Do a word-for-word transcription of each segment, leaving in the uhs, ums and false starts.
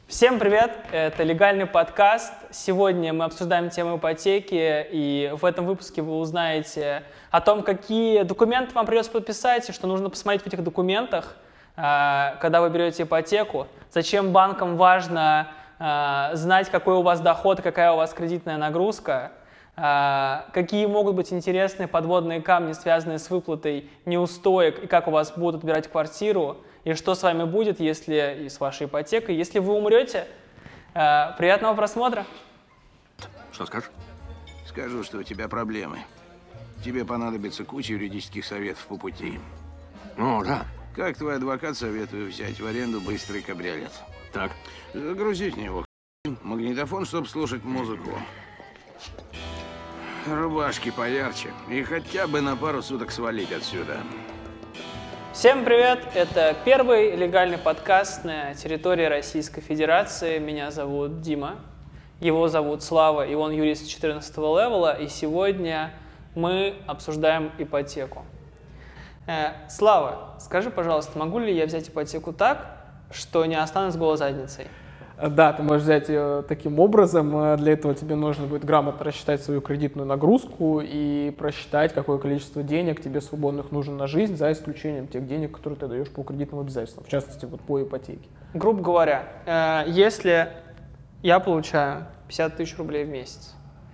Всем привет! Это «Легальный подкаст». Сегодня мы обсуждаем тему ипотеки, и в этом выпуске вы узнаете о том, какие документы вам придется подписать, и что нужно посмотреть в этих документах, когда вы берете ипотеку, зачем банкам важно знать, какой у вас доход и какая у вас кредитная нагрузка, какие могут быть интересные подводные камни, связанные с выплатой неустоек, и как у вас будут отбирать квартиру, и что с вами будет, если и с вашей ипотекой, если вы умрете. Приятного просмотра. Что скажешь? Скажу, что у тебя проблемы. Тебе понадобится куча юридических советов по пути. Ну, да. Как твой адвокат, советую взять в аренду быстрый кабриолет. Так. Загрузить в него магнитофон, чтобы слушать музыку. Рубашки поярче. И хотя бы на пару суток свалить отсюда. Всем привет! Это первый легальный подкаст на территории Российской Федерации. Меня зовут Дима, его зовут Слава, и он юрист четырнадцатого левела. И сегодня мы обсуждаем ипотеку. Э, Слава, скажи, пожалуйста, могу ли я взять ипотеку так, что не останусь голой задницей? Да, ты можешь взять ее таким образом. Для этого тебе нужно будет грамотно рассчитать свою кредитную нагрузку и просчитать, какое количество денег тебе свободных нужно на жизнь, за исключением тех денег, которые ты даешь по кредитным обязательствам, в частности, вот по ипотеке. Грубо говоря, если я получаю пятьдесят тысяч рублей в месяц,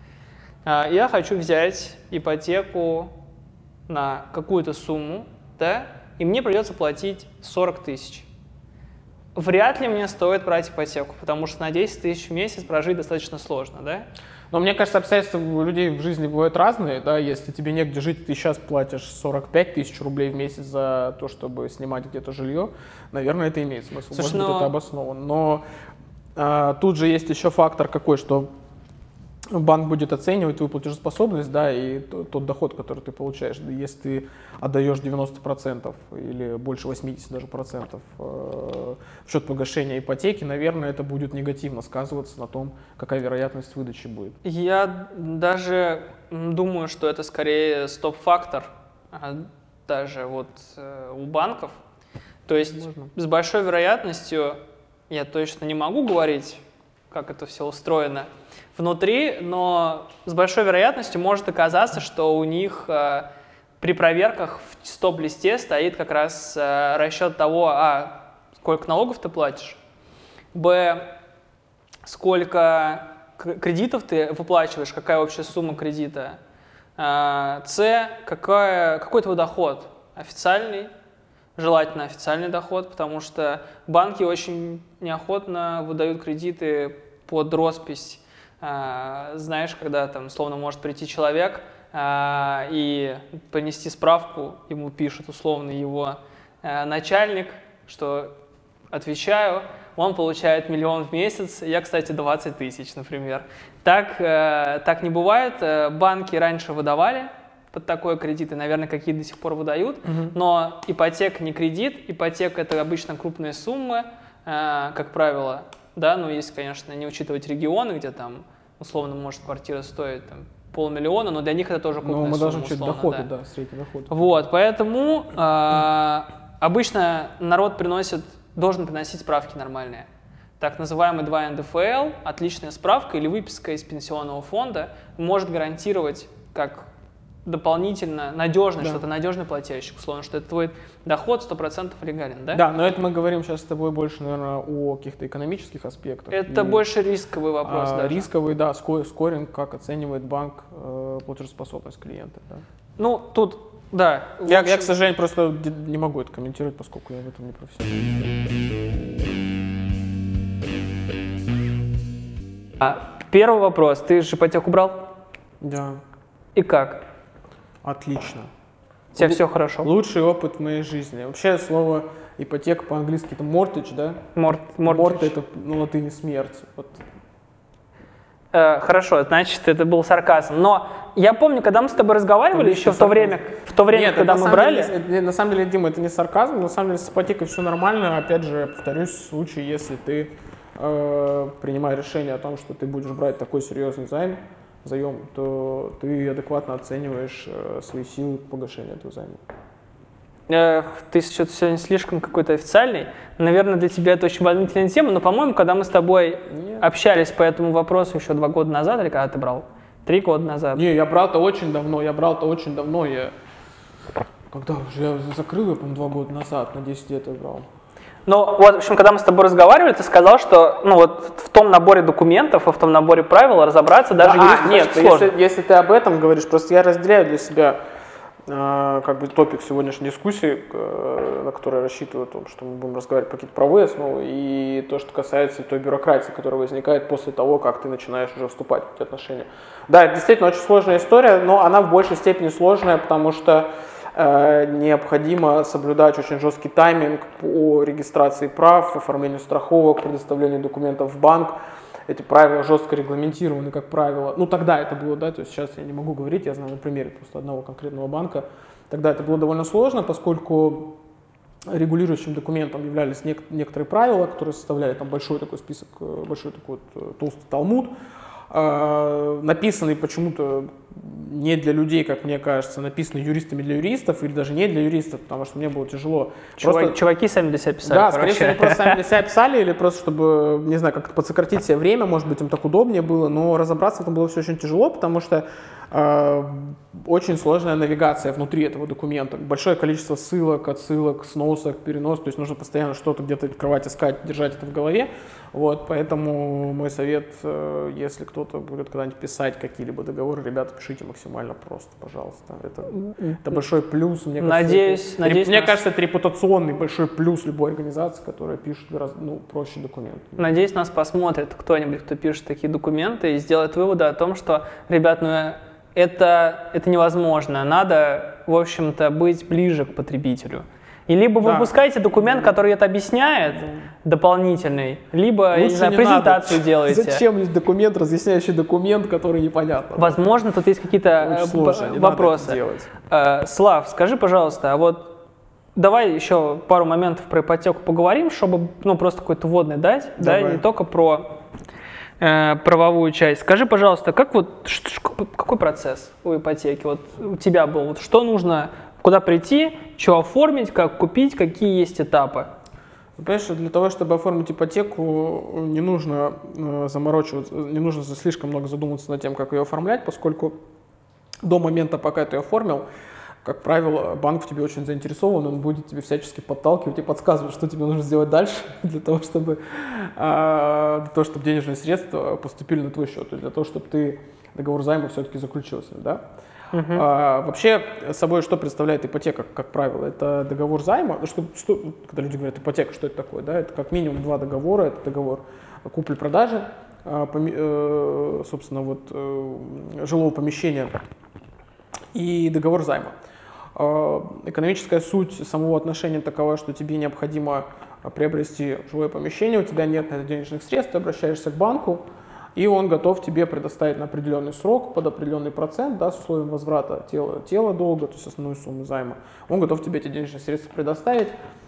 я хочу взять ипотеку на какую-то сумму, да, и мне придется платить сорок тысяч. Вряд ли мне стоит брать ипотеку, потому что на десять тысяч в месяц прожить достаточно сложно, да? Но мне кажется, обстоятельства у людей в жизни бывают разные, да, если тебе негде жить, ты сейчас платишь сорок пять тысяч рублей в месяц за то, чтобы снимать где-то жилье, наверное, это имеет смысл, Слушай, может но... быть, это обосновано. Но а, тут же есть еще фактор какой, что банк будет оценивать твою платежеспособность, да, и тот, тот доход, который ты получаешь. Если ты отдаешь девяносто процентов или больше восемьдесят даже процентов э, в счет погашения ипотеки, наверное, это будет негативно сказываться на том, какая вероятность выдачи будет. Я даже думаю, что это скорее стоп-фактор, даже вот э, у банков. То есть Можно. С большой вероятностью, я точно не могу говорить, как это все устроено внутри, но с большой вероятностью может оказаться, что у них э, при проверках в стоп-листе стоит как раз э, расчет того, а, сколько налогов ты платишь, б, сколько кредитов ты выплачиваешь, какая общая сумма кредита, э, с, какая, какой твой доход, официальный, желательно официальный доход, потому что банки очень неохотно выдают кредиты под роспись. Знаешь, когда там условно может прийти человек а, и принести справку, ему пишет условно его а, начальник, что отвечаю, он получает миллион в месяц, я, кстати, двадцать тысяч, например. Так, а, так не бывает. Банки раньше выдавали под такой кредит, и, наверное, какие до сих пор выдают, угу. Но ипотека не кредит, ипотека – это обычно крупные суммы, а, как правило, да, ну, если, конечно, не учитывать регионы, где там условно может квартира стоить там, полмиллиона, но для них это тоже крупная сумма. Но мы должны учить доходы, да. да, средний доход. Вот, поэтому э, обычно народ приносит, должен приносить справки нормальные. Так называемый два эн дэ эф эл, отличная справка или выписка из пенсионного фонда, может гарантировать как дополнительно надежный, да. Что-то надежный плательщик, условно, что это твой доход сто процентов легален, да? Да, но это мы говорим сейчас с тобой больше, наверное, о каких-то экономических аспектах. Это и, больше рисковый вопрос, а, да. Рисковый, да, скоринг, как оценивает банк э, платежеспособность клиента, да. Ну, тут, да. Я, общем... я, к сожалению, просто не могу это комментировать, поскольку я в этом не профессионал. А, первый вопрос. Ты же ипотеку брал? Да. И как? Отлично. У тебя Л- все хорошо? Лучший опыт в моей жизни. Вообще слово ипотека по-английски это mortgage, да? Морт, Морт это на латыни смерть. Вот. Э, хорошо, значит, это был сарказм. Но я помню, когда мы с тобой разговаривали еще в то время, в то время, Нет, когда мы брали... Деле, на самом деле, Дима, это не сарказм. На самом деле с ипотекой все нормально. Опять же, повторюсь, в случае, если ты э, принимаешь решение о том, что ты будешь брать такой серьезный займ, заем, то ты адекватно оцениваешь э, свои силы погашения этого займа. Эх, ты что-то сегодня слишком какой-то официальный. Наверное, для тебя это очень волнительная тема, но, по-моему, когда мы с тобой Нет. общались по этому вопросу еще два года назад, или когда ты брал? Три года назад. Не, я брал-то очень давно, я брал-то очень давно, я... Когда уже я закрыл, я, по-моему, два года назад, на десять лет я брал. Ну, вот, в общем, когда мы с тобой разговаривали, ты сказал, что, ну, вот в том наборе документов и в том наборе правил разобраться даже Да, юристу а, нет, сложно. если, если ты об этом говоришь, просто я разделяю для себя э, как бы топик сегодняшней дискуссии, э, на который я рассчитываю, о том, что мы будем разговаривать про какие-то правовые основы, и то, что касается той бюрократии, которая возникает после того, как ты начинаешь уже вступать в эти отношения. Да, это действительно очень сложная история, но она в большей степени сложная, потому что э, необходимо соблюдать очень жесткий тайминг по регистрации прав, оформлению страховок, предоставлению документов в банк. Эти правила жестко регламентированы, как правило. Ну, тогда это было, да, то есть сейчас я не могу говорить, я знаю на примере просто одного конкретного банка. Тогда это было довольно сложно, поскольку регулирующим документом являлись нек- некоторые правила, которые составляли там большой такой список, большой такой вот толстый талмуд, э, написанный почему-то не для людей, как мне кажется, написанный юристами для юристов, или даже не для юристов, потому что мне было тяжело. Чувак, Просто... Чуваки сами для себя писали. Да, короче. скорее всего, они просто сами для себя писали, или просто чтобы, не знаю, как-то подсократить себе время, может быть, им так удобнее было, но разобраться в этом было все очень тяжело, потому что э, очень сложная навигация внутри этого документа, большое количество ссылок, отсылок, сносок, перенос, то есть нужно постоянно что-то где-то открывать, искать, держать это в голове, вот, поэтому мой совет, э, если кто-то будет когда-нибудь писать какие-либо договоры, ребята, пишите максимально просто, пожалуйста, это, это большой плюс, мне кажется, Надеюсь, это, надеюсь, мне нас... кажется, это репутационный большой плюс любой организации, которая пишет гораздо ну, проще документы. Надеюсь, нас посмотрит кто-нибудь, кто пишет такие документы и сделает выводы о том, что, ребят, ну это, это невозможно, надо, в общем-то, быть ближе к потребителю. И либо вы Да. выпускаете документ, который это объясняет, дополнительный, либо, я не Лучше знаю, не презентацию надо. делаете. Зачем есть документ, разъясняющий документ, который непонятно? Возможно, тут есть какие-то Очень э, сложно, б- не надо вопросы. это делать. Э, Слав, скажи, пожалуйста, а вот давай еще пару моментов про ипотеку поговорим, чтобы ну, просто какой-то вводный дать, да, Давай. не только про э, правовую часть. Скажи, пожалуйста, как вот, ш- ш- какой процесс у ипотеки вот у тебя был? Вот что нужно, куда прийти, что оформить, как купить, какие есть этапы? Понимаешь, для того, чтобы оформить ипотеку, не нужно э, заморачиваться, не нужно слишком много задумываться над тем, как ее оформлять, поскольку до момента, пока ты ее оформил, как правило, банк в тебе очень заинтересован, он будет тебе всячески подталкивать и подсказывать, что тебе нужно сделать дальше для того, чтобы, э, для того, чтобы денежные средства поступили на твой счет, и для того, чтобы ты договор займа все-таки заключил с ним, да? Uh-huh. А, вообще, собой что представляет ипотека, как правило? Это договор займа. Ну, что, что, когда люди говорят ипотека, что это такое? Да? Это как минимум два договора. Это договор купли-продажи, а, поми, э, собственно, вот, э, жилого помещения и договор займа. А, экономическая суть самого отношения такова, что тебе необходимо приобрести жилое помещение, у тебя нет на это денежных средств, ты обращаешься к банку, и он готов тебе предоставить на определенный срок, под определенный процент, да, с условием возврата тела, тела долга, то есть основную сумму займа. Он готов тебе эти денежные средства предоставить,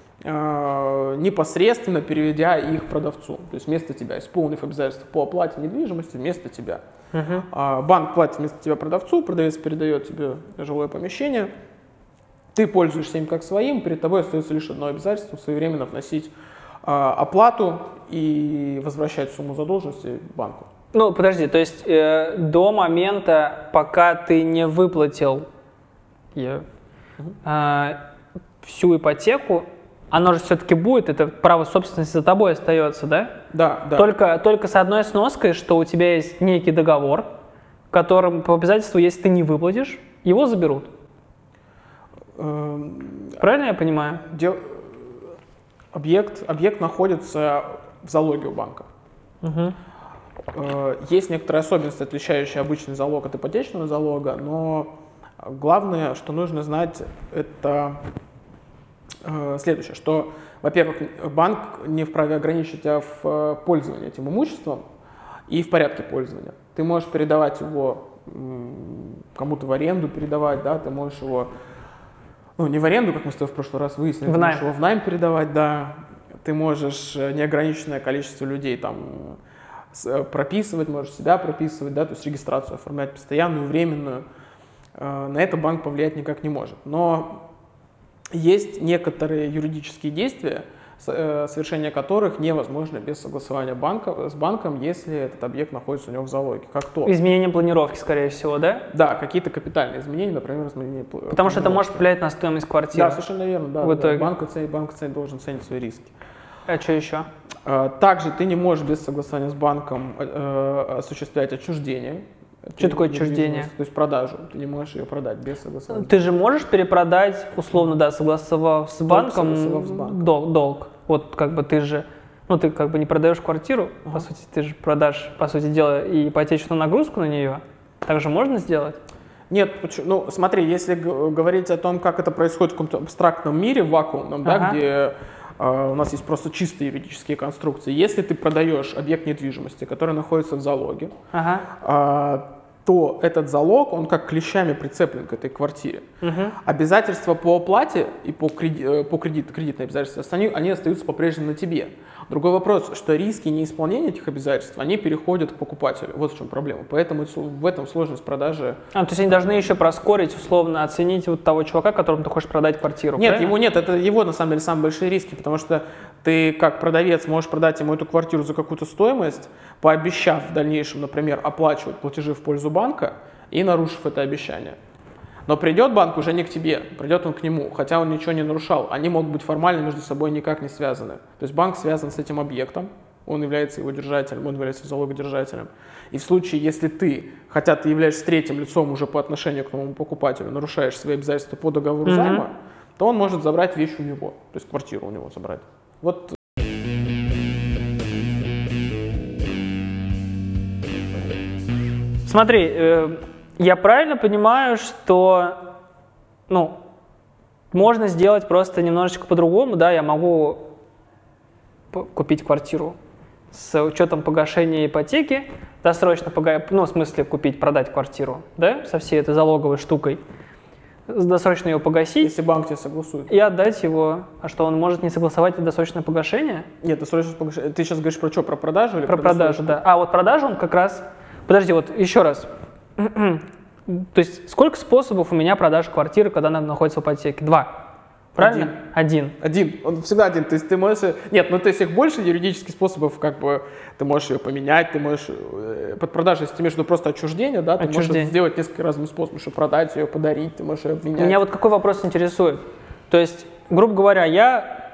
э, непосредственно переведя их продавцу. То есть вместо тебя, исполнив обязательства по оплате недвижимости, вместо тебя. Uh-huh. А банк платит вместо тебя продавцу, продавец передает тебе жилое помещение, ты пользуешься им как своим, перед тобой остается лишь одно обязательство — своевременно вносить э, оплату и возвращать сумму задолженности банку. Ну, подожди, то есть э, до момента, пока ты не выплатил э, э, всю ипотеку, оно же все-таки будет, это право собственности за тобой остается, да? Да, да. Только, только с одной сноской, что у тебя есть некий договор, которым по обязательству, если ты не выплатишь, его заберут. Эм, Правильно я понимаю? Дел... Объект, объект находится в залоге у банка. Угу. Есть некоторые особенности, отличающие обычный залог от ипотечного залога, но главное, что нужно знать, это следующее, что, во-первых, банк не вправе ограничить тебя в пользовании этим имуществом и в порядке пользования. Ты можешь передавать его кому-то в аренду, передавать, да, ты можешь его, ну, не в аренду, как мы с тобой в прошлый раз выяснили, ты можешь его в найм передавать, да, ты можешь неограниченное количество людей там прописывать, можешь себя прописывать, да, то есть регистрацию оформлять постоянную, временную. На это банк повлиять никак не может. Но есть некоторые юридические действия, совершение которых невозможно без согласования банка, с банком, если этот объект находится у него в залоге. Как то. Изменение планировки, скорее всего, да? Да, какие-то капитальные изменения, например, изменение планировки. Потому что это может повлиять на стоимость квартиры. Да, совершенно верно. Да, в да, итоге. Банк, оценит, банк оценит, должен ценить свои риски. А что еще? Также ты не можешь без согласования с банком э, осуществлять отчуждение. Что такое отчуждение? То есть продажу. Ты не можешь ее продать без согласования. Ты же можешь перепродать, условно, да, согласовав с банком, согласовав с банком. Долг, долг. Вот как бы ты же, ну ты как бы не продаешь квартиру, ага. по сути, ты же продашь, по сути дела, и ипотечную нагрузку на нее. Так же можно сделать? Нет, ну смотри, если говорить о том, как это происходит в каком-то абстрактном мире, вакуумном, ага. да, где Uh, у нас есть просто чистые юридические конструкции. Если ты продаешь объект недвижимости, который находится в залоге, ага. uh, то этот залог, он как клещами прицеплен к этой квартире. Угу. Обязательства по оплате и по, креди, по кредит, кредитные обязательства, они, они остаются по-прежнему на тебе. Другой вопрос, что риски неисполнения этих обязательств, они переходят к покупателю. Вот в чем проблема. Поэтому в этом сложность продажи. А, то есть они должны еще проскорить, условно, оценить вот того чувака, которому ты хочешь продать квартиру. Нет, правильно? ему нет, это его на самом деле самые большие риски, потому что ты как продавец можешь продать ему эту квартиру за какую-то стоимость, пообещав в дальнейшем, например, оплачивать платежи в пользу банка и нарушив это обещание. Но придет банк уже не к тебе, придет он к нему, хотя он ничего не нарушал. Они могут быть формально между собой никак не связаны. То есть банк связан с этим объектом, он является его держателем, он является залогодержателем. И в случае, если ты, хотя ты являешься третьим лицом уже по отношению к новому покупателю, нарушаешь свои обязательства по договору mm-hmm. займа, то он может забрать вещь у него, то есть квартиру у него забрать. Вот. Смотри, э- я правильно понимаю, что, ну, можно сделать просто немножечко по-другому, да, я могу купить квартиру с учетом погашения ипотеки, досрочно погасить, ну, в смысле купить, продать квартиру, да, со всей этой залоговой штукой, досрочно ее погасить. Если банк тебе согласует. И отдать его. А что, он может не согласовать это досрочное погашение? Нет, досрочное погашение. Ты сейчас говоришь про что, про продажу или про, про продажу, да. А вот продажу он как раз... Подожди, вот еще раз. То есть сколько способов у меня продажи квартиры, когда она находится в ипотеке? Два. Правильно? Один. Один. один. Он всегда один. То есть ты можешь... Нет, ну то есть их больше юридических способов, как бы ты можешь ее поменять, ты можешь... Под продажей, если ты имеешь в виду просто отчуждение, да, ты отчуждение. можешь сделать несколько разных способов, чтобы продать ее, подарить, ты можешь ее обменять. Меня вот какой вопрос интересует? То есть, грубо говоря, я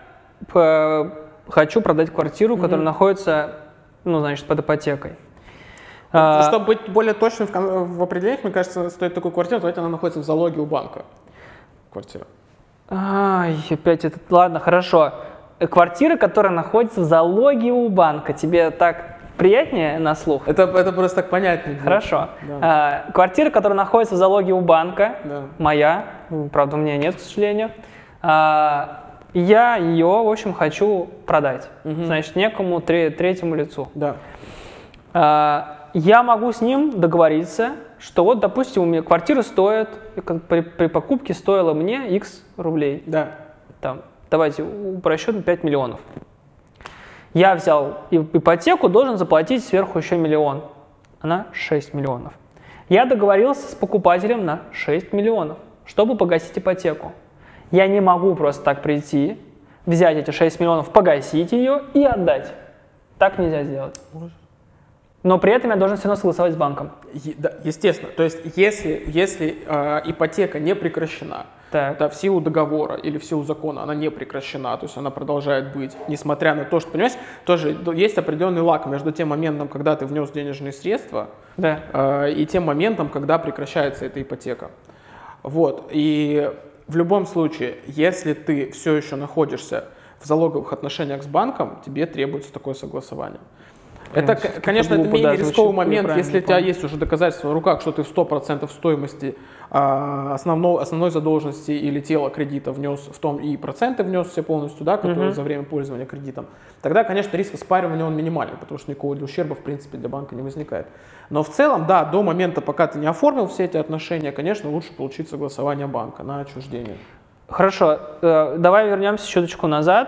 хочу продать квартиру, которая mm-hmm. находится, ну, значит, под ипотекой. Чтобы быть более точным в, в определениях, мне кажется, стоит такую квартиру, давайте она находится в залоге у банка. Квартира. Ай, опять это... Ладно, хорошо. Квартира, которая находится в залоге у банка, тебе так приятнее на слух? Это, это просто так понятнее. Хорошо. Да. А, квартира, которая находится в залоге у банка, да. моя, правда, у меня нет, к сожалению. А, я ее, в общем, хочу продать. Угу. Значит, некому тре- третьему лицу. Да. А, я могу с ним договориться, что вот, допустим, у меня квартира стоит, при, при покупке стоила мне X рублей. Да. Там, давайте, по расчету пять миллионов. Я взял ипотеку, должен заплатить сверху еще миллион. Она шесть миллионов. Я договорился с покупателем на шесть миллионов, чтобы погасить ипотеку. Я не могу просто так прийти, взять эти шесть миллионов, погасить ее и отдать. Так нельзя сделать. Но при этом я должен все равно согласовать с банком. Е- да, естественно. То есть, если, если э, ипотека не прекращена, да, в силу договора или в силу закона она не прекращена, то есть она продолжает быть, несмотря на то, что, понимаешь, тоже есть определенный лаг между тем моментом, когда ты внес денежные средства, да. э, и тем моментом, когда прекращается эта ипотека. Вот. И в любом случае, если ты все еще находишься в залоговых отношениях с банком, тебе требуется такое согласование. Это, конечно, это менее рисковый момент, если у тебя есть уже доказательства в руках, что ты в сто процентов стоимости а, основной, основной задолженности или тела кредита внес в том и проценты внес все полностью, да, которые uh-huh. за время пользования кредитом. Тогда, конечно, риск оспаривания он минимальный, потому что никакого ущерба, в принципе, для банка не возникает. Но в целом, да, до момента, пока ты не оформил все эти отношения, конечно, лучше получить согласование банка на отчуждение. Хорошо, давай вернемся чуточку назад.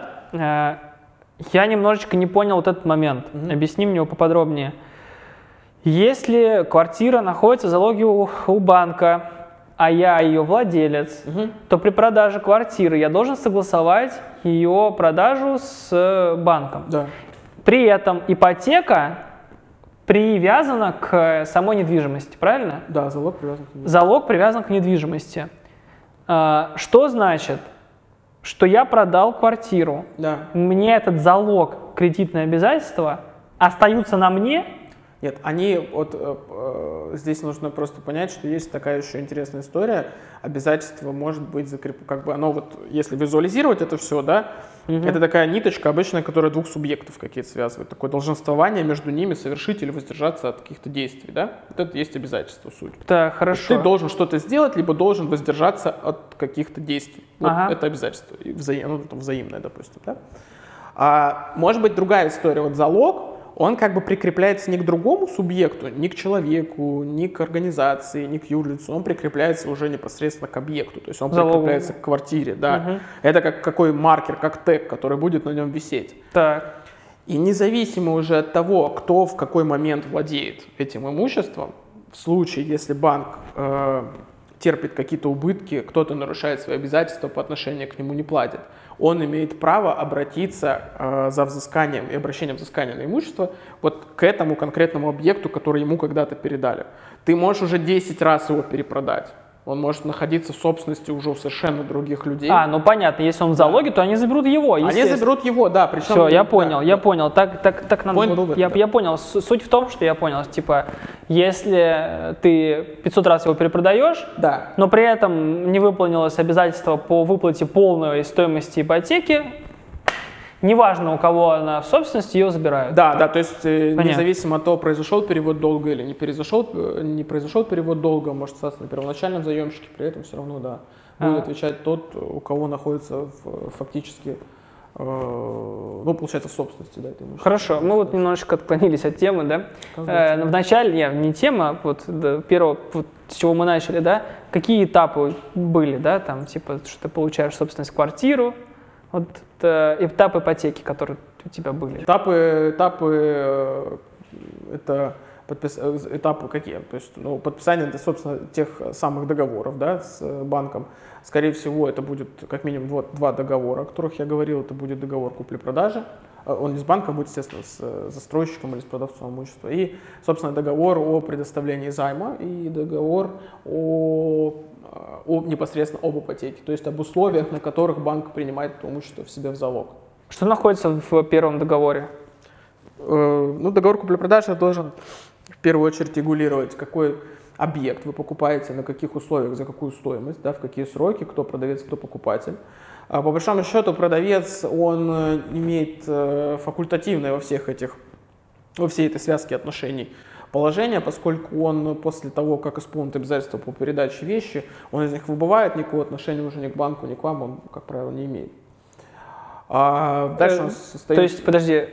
Я немножечко не понял вот этот момент. Mm-hmm. Объясни мне его поподробнее. Если квартира находится в залоге у, у банка, а я ее владелец, Мгм. то при продаже квартиры я должен согласовать ее продажу с банком. Да. При этом ипотека привязана к самой недвижимости, правильно? Да, залог привязан к нему. Залог привязан к недвижимости. А, Что значит, что я продал квартиру, Да. мне этот залог, кредитные обязательства остаются на мне? Нет, они вот э, э, здесь нужно просто понять, что есть такая еще интересная история. Обязательство может быть закреплено, как бы оно вот, если визуализировать это все, да, Мгм. это такая ниточка обычная, которая двух субъектов какие-то связывает. Такое долженствование между ними совершить или воздержаться от каких-то действий, да. Вот это есть обязательство, суть. Так, То хорошо. есть ты должен что-то сделать, либо должен воздержаться от каких-то действий. Вот Ага. это обязательство, и взаим- ну, там, взаимное, допустим, да. А может быть другая история. Вот залог, он как бы прикрепляется не к другому субъекту, ни к человеку, ни к организации, ни к юрлицу. Он прикрепляется уже непосредственно к объекту. То есть он Залогу. прикрепляется к квартире, да. Мгм. Это как какой маркер, как тег, который будет на нем висеть. Так, И независимо уже от того, кто в какой момент владеет этим имуществом, в случае, если банк э, терпит какие-то убытки, кто-то нарушает свои обязательства по отношению к нему, не платит, он имеет право обратиться э, за взысканием и обращением взыскания на имущество вот к этому конкретному объекту, который ему когда-то передали. Ты можешь уже десять раз его перепродать. Он может находиться в собственности уже у совершенно других людей. а, ну понятно, если он в залоге, то они заберут его, Они естественно. заберут его, да. Причем, Все, я да, понял, я да. понял. Так, так, так надо. Понял, вот вывод, я, да. я понял. С- Суть в том, что я понял, типа, если ты пятьсот раз его перепродаешь, Да. но при этом не выполнилось обязательство по выплате полной стоимости ипотеки, неважно, у кого она в собственности, ее забирают. Да, да, то есть э, Понятно. независимо от того, произошел перевод долга или не произошел, э, не произошел перевод долга, может остаться на первоначальном заемщике, при этом все равно, да, будет А. отвечать тот, у кого находится в, фактически, э, ну, получается, в собственности, да, это имущество. Хорошо, мы вот немножечко отклонились от темы, да. Оказывается. Э, в начале, не, не тема, вот до первого, вот, с чего мы начали, да, какие этапы были, да, там, типа, что ты получаешь собственность квартиру, вот э, этап ипотеки, которые у тебя были. Этапы, этапы, э, это подпис- э, этапы какие? То есть, ну, подписание, это, собственно, тех самых договоров, да, с э, банком. Скорее всего, это будет как минимум два, два договора, о которых я говорил. Это будет договор купли-продажи. Э, Он не с банком будет, естественно, с э, застройщиком или с продавцом имущества. И, собственно, договор о предоставлении займа и договор о, э, о непосредственно об ипотеке. То есть об условиях, на которых банк принимает это имущество в себе в залог. Что находится в первом договоре? Э, Ну, договор купли-продажи должен в первую очередь регулировать, какой объект вы покупаете, на каких условиях, за какую стоимость, да, в какие сроки, кто продавец, кто покупатель. А по большому счету продавец, он э, имеет э, факультативное во всех этих, во всей этой связке отношений положение, поскольку он после того, как исполнит обязательства по передаче вещи, он из них выбывает, никакого отношения уже ни к банку, ни к вам он, как правило, не имеет. А дальше он состоит... То есть, подожди,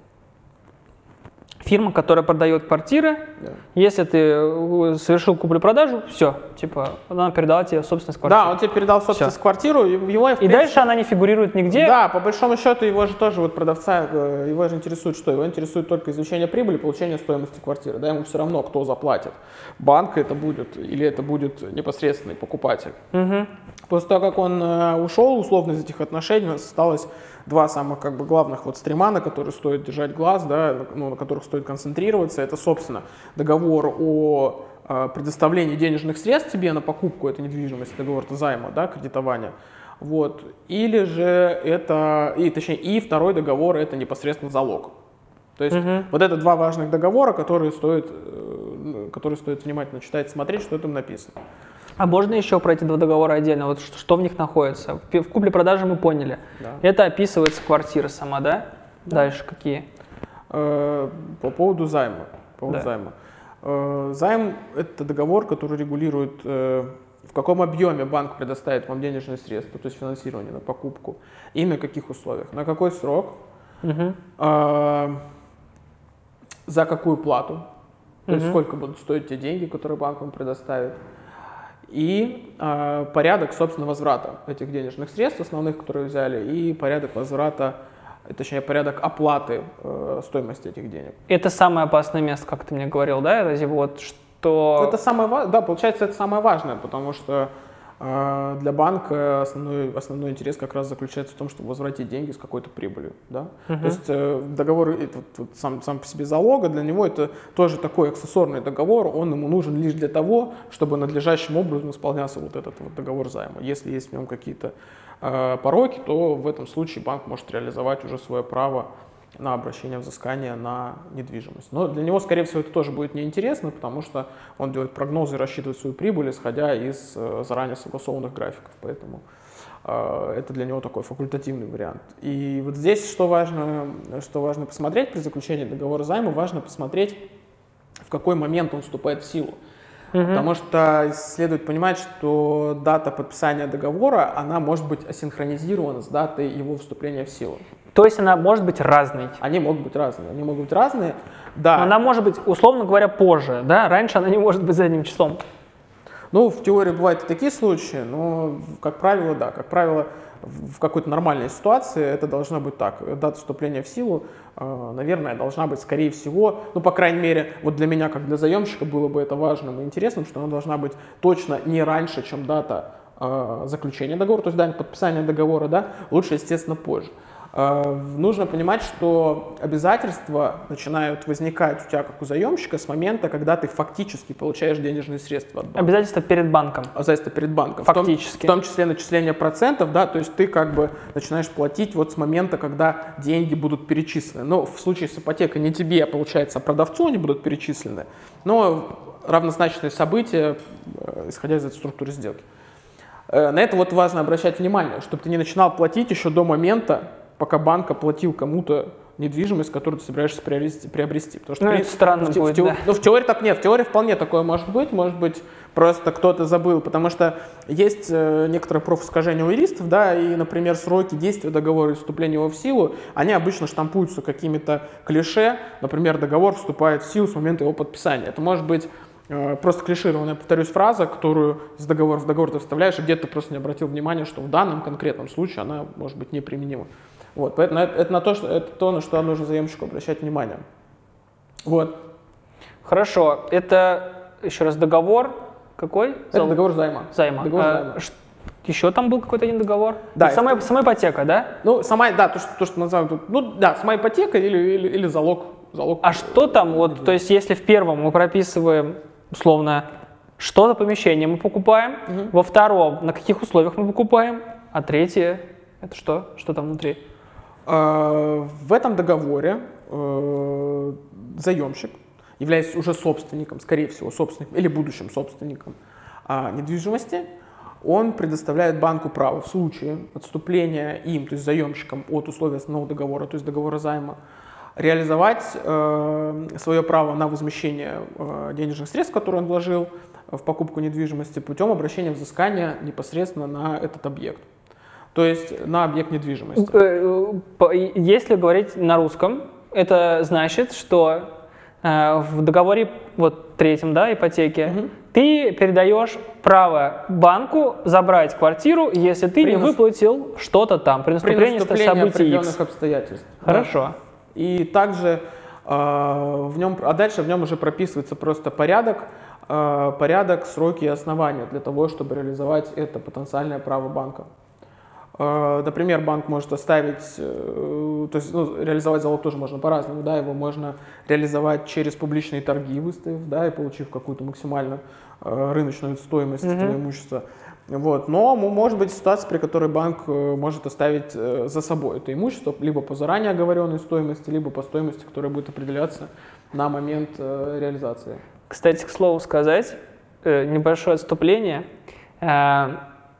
фирма, которая продает квартиры, Да. если ты э, совершил куплю-продажу, все, типа, она передала тебе собственность квартиры. Да, он тебе передал собственность Всё. квартиру, и его в И принципе, дальше она не фигурирует нигде. Да, по большому счету его же тоже вот продавца, э, его же интересует что? Его интересует только извлечение прибыли, получение стоимости квартиры. Да, ему все равно, кто заплатит. Банк это будет или это будет непосредственный покупатель. Мгм. После того, как он э, ушел условно из этих отношений, у нас осталось два самых как бы главных вот стрима, на которые стоит держать глаз, да, ну, на которых стоит концентрироваться. Это, собственно, договор о э, предоставлении денежных средств тебе на покупку этой недвижимости, договор займа, да, кредитования. Вот. Или же это, и, точнее, и второй договор это непосредственно залог. То есть Мгм. вот это два важных договора, которые стоит, э, которые стоит внимательно читать, смотреть, что там написано. А можно еще про эти два договора отдельно? Вот что, что в них находится? В, пи- в купле-продаже мы поняли. Да. Это описывается квартира сама, да? Дальше какие? Э, По поводу займа. По поводу Да. займа. Э, Займ – это договор, который регулирует, э, в каком объеме банк предоставит вам денежные средства, то есть финансирование на покупку, и на каких условиях, на какой срок, Мгм. э, за какую плату, то есть Мгм. сколько будут стоить те деньги, которые банк вам предоставит, и э, порядок, собственно, возврата этих денежных средств, основных, которые взяли, и порядок возврата, э, точнее, порядок оплаты э, стоимости этих денег. Это самое опасное место, как ты мне говорил, да? Это типа вот ш- что... Это самое важное, да, получается, это самое важное, потому что э, для банка основной, основной интерес как раз заключается в том, чтобы возвратить деньги с какой-то прибылью, да. Мгм. То есть э, договор это, вот, вот сам, сам по себе залога, для него это тоже такой аксессуарный договор, он ему нужен лишь для того, чтобы надлежащим образом исполнялся вот этот вот договор займа. Если есть в нем какие-то э, пороки, то в этом случае банк может реализовать уже свое право на обращение взыскания на недвижимость. Но для него, скорее всего, это тоже будет неинтересно, потому что он делает прогнозы и рассчитывает свою прибыль, исходя из э, заранее согласованных графиков. Поэтому э, это для него такой факультативный вариант. И вот здесь что важно, что важно посмотреть при заключении договора займа, важно посмотреть, в какой момент он вступает в силу. Мгм. Потому что следует понимать, что дата подписания договора, она может быть асинхронизирована с датой его вступления в силу. То есть она может быть разной. Они могут быть разные. Они могут быть разные, да. Но она может быть, условно говоря, позже, да? Раньше она не может быть задним числом. Ну, в теории бывают и такие случаи, но, как правило, да. Как правило, в какой-то нормальной ситуации это должно быть так. Дата вступления в силу, э, наверное, должна быть, скорее всего, ну, по крайней мере, вот для меня, как для заемщика, было бы это важным и интересным, что она должна быть точно не раньше, чем дата э, заключения договора, то есть дата подписания договора, да, лучше, естественно, позже. Э, нужно понимать, что обязательства начинают возникать у тебя, как у заемщика, с момента, когда ты фактически получаешь денежные средства от банка. Обязательства перед банком. Обязательства перед банком. Фактически. В том, в том числе начисление процентов, да, то есть ты как бы начинаешь платить вот с момента, когда деньги будут перечислены. Но в случае с ипотекой не тебе, а получается, а продавцу они будут перечислены, но равнозначные события, э, исходя из этой структуры сделки. Э, на это вот важно обращать внимание, чтобы ты не начинал платить еще до момента, пока банк оплатил кому-то недвижимость, которую ты собираешься приобрести. приобрести. Потому что, Ну, в это принципе, странно в те- в будет, те- да. Ну, в теории так нет, в теории вполне такое может быть, может быть, просто кто-то забыл, потому что есть э, некоторое профискажение у юристов, да, и, например, сроки действия договора и вступления его в силу, они обычно штампуются какими-то клише, например, договор вступает в силу с момента его подписания. Это может быть э, просто клишированная, повторюсь, фраза, которую из договора в договор ты вставляешь, и где-то ты просто не обратил внимания, что в данном конкретном случае она может быть неприменима. Вот, поэтому это, это, на то, что, это то, на что нужно заемщику обращать внимание. Вот. Хорошо. Это, еще раз, договор какой? Это договор займа. Займа. Договор А, займа. ш- еще там был какой-то один договор? Да, Это сама, это- сама ипотека, да? Ну, сама, да, то, что, то, что мы называем тут, ну, да, сама ипотека или, или, или залог. залог. А что там, вот, то есть если в первом мы прописываем, условно, что за помещение мы покупаем, Мгм. во втором, на каких условиях мы покупаем, а третье, это что? Что там внутри? Э, В этом договоре э, заемщик, являясь уже собственником, скорее всего, собственником или будущим собственником а, недвижимости, он предоставляет банку право в случае отступления им, то есть заемщиком, от условий основного договора, то есть договора займа, реализовать э, свое право на возмещение э, денежных средств, которые он вложил в покупку недвижимости, путем обращения взыскания непосредственно на этот объект. То есть на объект недвижимости. Э, по- Если говорить на русском, это значит, что э, в договоре вот третьем, да, ипотеки, Мгм. ты передаешь право банку забрать квартиру, если ты При не нас- выплатил что-то там, при При наступлении наступлении событий определенных X. обстоятельств. Да. Хорошо. И также э, в нем, а дальше в нем уже прописывается просто порядок, э, порядок, сроки и основания для того, чтобы реализовать это потенциальное право банка. Э, Например, банк может оставить, э, то есть ну, реализовать залог тоже можно по-разному, да, его можно реализовать через публичные торги, выставив, да, и получив какую-то максимально э, рыночную стоимость Мгм. этого имущества. Вот. Но м- может быть ситуация, при которой банк э, может оставить э, за собой это имущество, либо по заранее оговоренной стоимости, либо по стоимости, которая будет определяться на момент э, реализации. Кстати, к слову сказать, э, небольшое отступление э,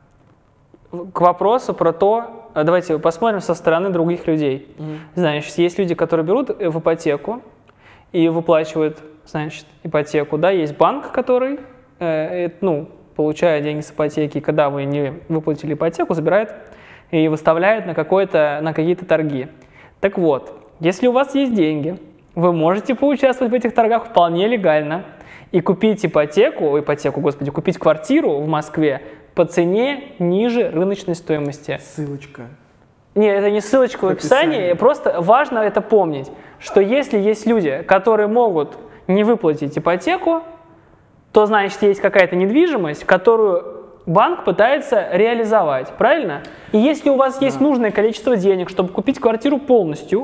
к вопросу про то, э, давайте посмотрим со стороны других людей. Значит, есть люди, которые берут э, в ипотеку и выплачивают, значит, ипотеку, да, есть банк, который, э, э, ну, получая деньги с ипотеки, когда вы не выплатили ипотеку, забирает и выставляет на, какой-то, на какие-то торги. Так вот, если у вас есть деньги, вы можете поучаствовать в этих торгах вполне легально и купить ипотеку, ипотеку, господи, купить квартиру в Москве по цене ниже рыночной стоимости. Ссылочка. Не, это не ссылочка в В описании, описании. просто важно это помнить, что если есть люди, которые могут не выплатить ипотеку, то значит есть какая-то недвижимость, которую банк пытается реализовать, правильно? И если у вас есть Да. нужное количество денег, чтобы купить квартиру полностью,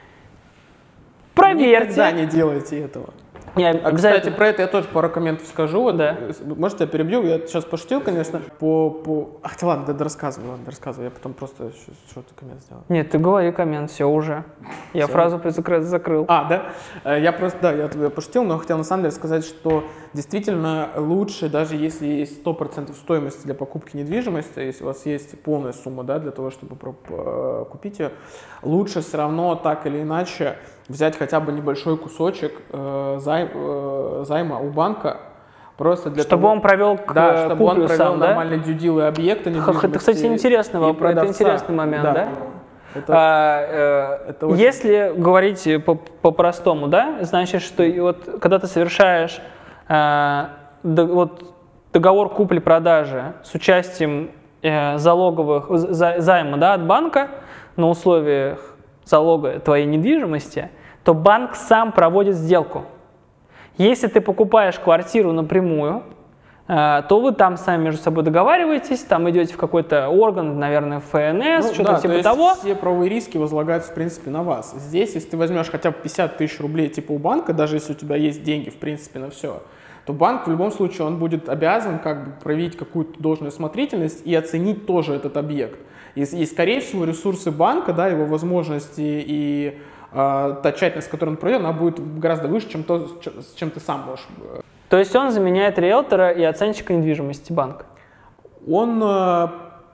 проверьте. Никогда не делайте этого. Я А, обязательно- кстати, про это я тоже пару комментов скажу. Вот, Да. э, Может, я перебью? Я сейчас пошутил, конечно. По, по... Ах, ты ладно, да, да рассказывай, ладно, рассказывай. Я потом просто что-то коммент сделал. Нет, ты говори коммент, все уже. Я Всё. фразу закры- закрыл. А, да? Э, Я просто, да, я тебя пошутил, но хотел на самом деле сказать, что действительно лучше, даже если есть сто процентов стоимости для покупки недвижимости, если у вас есть полная сумма, да, для того, чтобы про- по- купить ее, лучше все равно так или иначе взять хотя бы небольшой кусочек э, займ- э, займа у банка, просто для Чтобы того, он провел к да, чтобы он куплю провел сам, да? нормальный дьюдил и объекта недвижимости. Это, кстати, интересный и вопрос, это продавца. интересный момент, да? Это- А, э, это очень- Если говорить по- по-простому, да, значит, что и вот когда ты совершаешь э, д- вот, договор купли-продажи с участием э, залоговых за- займа, да, от банка на условиях залога твоей недвижимости, то банк сам проводит сделку. Если ты покупаешь квартиру напрямую, э, то вы там сами между собой договариваетесь, там идете в какой-то орган, наверное, эф эн эс, Ну что-то да, типа то есть того. все правовые риски возлагаются, в принципе, на вас. Здесь, если ты возьмешь хотя бы пятьдесят тысяч рублей типа у банка, даже если у тебя есть деньги, в принципе, на все, то банк в любом случае, он будет обязан как бы проявить какую-то должную осмотрительность и оценить тоже этот объект. И, и скорее всего, ресурсы банка, да, его возможности и э, та тщательность, с которой он проведет, она будет гораздо выше, чем то, с чем ты сам можешь. То есть он заменяет риэлтора и оценщика недвижимости банк. Он э,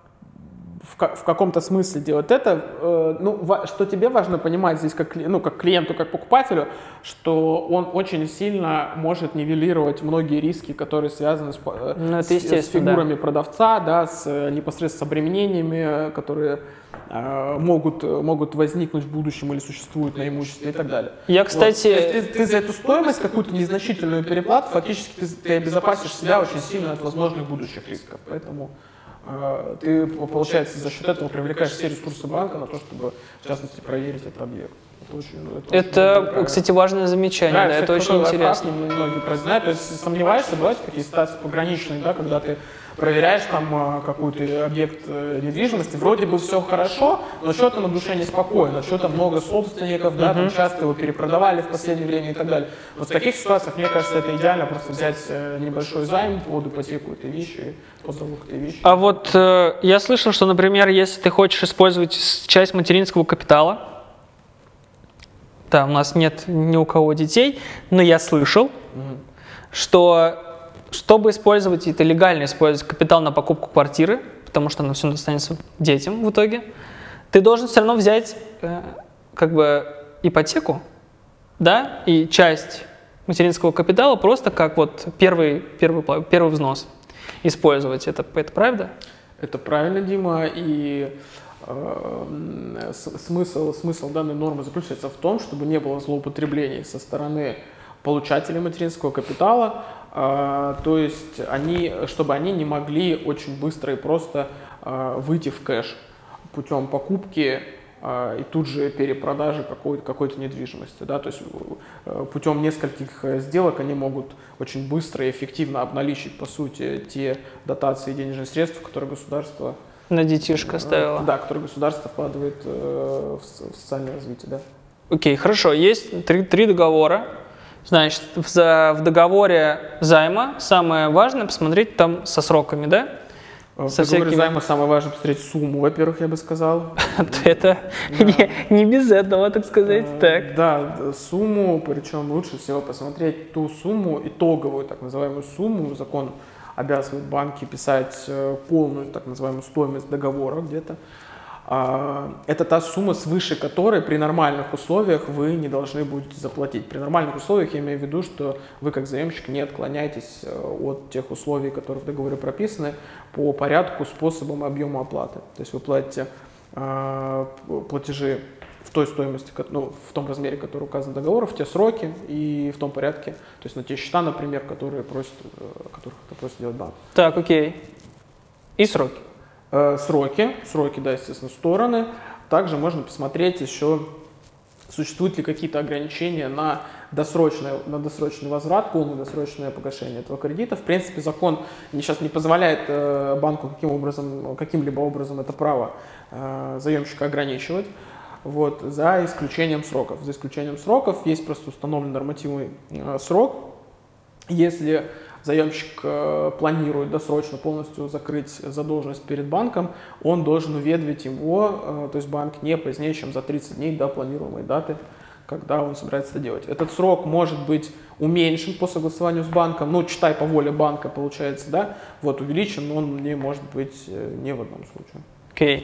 в, ка- в каком-то смысле делает это. Э, ну, ва- что тебе важно понимать здесь, как, кли- ну, как клиенту, как покупателю, что он очень сильно может нивелировать многие риски, которые связаны с, по- э, Ну, это с- с естественно, да. фигурами продавца, да, с э, непосредственно с обременениями, э, которые э, могут, могут возникнуть в будущем или существуют на имуществе и так далее. Я, Вот. кстати, То есть ты, ты за эту стоимость, какую-то незначительную переплату, фактически ты, ты обезопасишь себя очень сильно от возможных будущих рисков. Поэтому э, ты, получается, за счет этого привлекаешь все ресурсы банка на то, чтобы, в частности, проверить этот объект. Это, очень, ну, это, очень это, правильно. кстати, важное замечание, Да, да, это кстати, очень такой лайфхак, интересно. не многие про это знают. То есть сомневаешься, бывают такие ситуации пограничные, да, когда ты проверяешь там э, какой-то объект э, недвижимости, вроде бы все хорошо, но что-то на душе неспокойно, что-то много собственников, да, там часто его перепродавали в последнее время и так далее. Вот в таких ситуациях, мне кажется, это идеально просто взять э, небольшой займ под ипотеку этой вещи, под залог этой вещи. А вот э, я слышал, что, например, если ты хочешь использовать с- часть материнского капитала, да, у нас нет ни у кого детей, но я слышал, что чтобы использовать, это легально использовать капитал на покупку квартиры, потому что оно все достанется детям в итоге, ты должен все равно взять э, как бы ипотеку, да, и часть материнского капитала просто как вот первый, первый, пла- первый взнос использовать. Это, это правда? Это правильно, Дима, и э, с- смысл, смысл данной нормы заключается в том, чтобы не было злоупотреблений со стороны получателей материнского капитала, э, то есть они, чтобы они не могли очень быстро и просто э, выйти в кэш путем покупки э, и тут же перепродажи какой-то, какой-то недвижимости. Да? То есть э, путем нескольких э, сделок они могут очень быстро и эффективно обналичить, по сути, те дотации и денежные средства, которые государство, На детишко э, ставила. да, которые государство вкладывает э, в, с- в социальное развитие. Да? Окей, хорошо. Есть три, три договора. Значит, в, за- в договоре займа самое важное посмотреть там со сроками, да? В Со договоре всякими- займа самое важное посмотреть сумму, во-первых, я бы сказал. Это не, не без этого, так сказать. Э, Так. Да, д- сумму, причем лучше всего посмотреть ту сумму, итоговую так называемую сумму. Закон обязывает банки писать э, полную так называемую стоимость договора где-то. А, Это та сумма, свыше которой при нормальных условиях вы не должны будете заплатить. При нормальных условиях я имею в виду, что вы как заемщик не отклоняетесь э, от тех условий, которые в договоре прописаны, по порядку, способам и объему оплаты. То есть вы платите э, платежи в той стоимости, ко- ну, в том размере, который указан в договоре, в те сроки и в том порядке, то есть на те счета, например, которые просит, э, которых это просит делать банк. Так, окей. И сроки. Э, Сроки, сроки, да, естественно, стороны. Также можно посмотреть еще, существуют ли какие-то ограничения на досрочное, на досрочный возврат, полное досрочное погашение этого кредита. В принципе, закон сейчас не позволяет э, банку каким образом, каким-либо образом это право э, заемщика ограничивать. Вот, за исключением сроков. За исключением сроков есть просто установленный нормативный э, срок. Если заемщик э, планирует досрочно полностью закрыть задолженность перед банком, он должен уведомить его, э, то есть банк, не позднее, чем за тридцать дней до планируемой даты, когда он собирается это делать. Этот срок может быть уменьшен по согласованию с банком, ну, читай по воле банка, получается, да, вот, увеличен, но он не может быть э, ни в одном случае. Окей.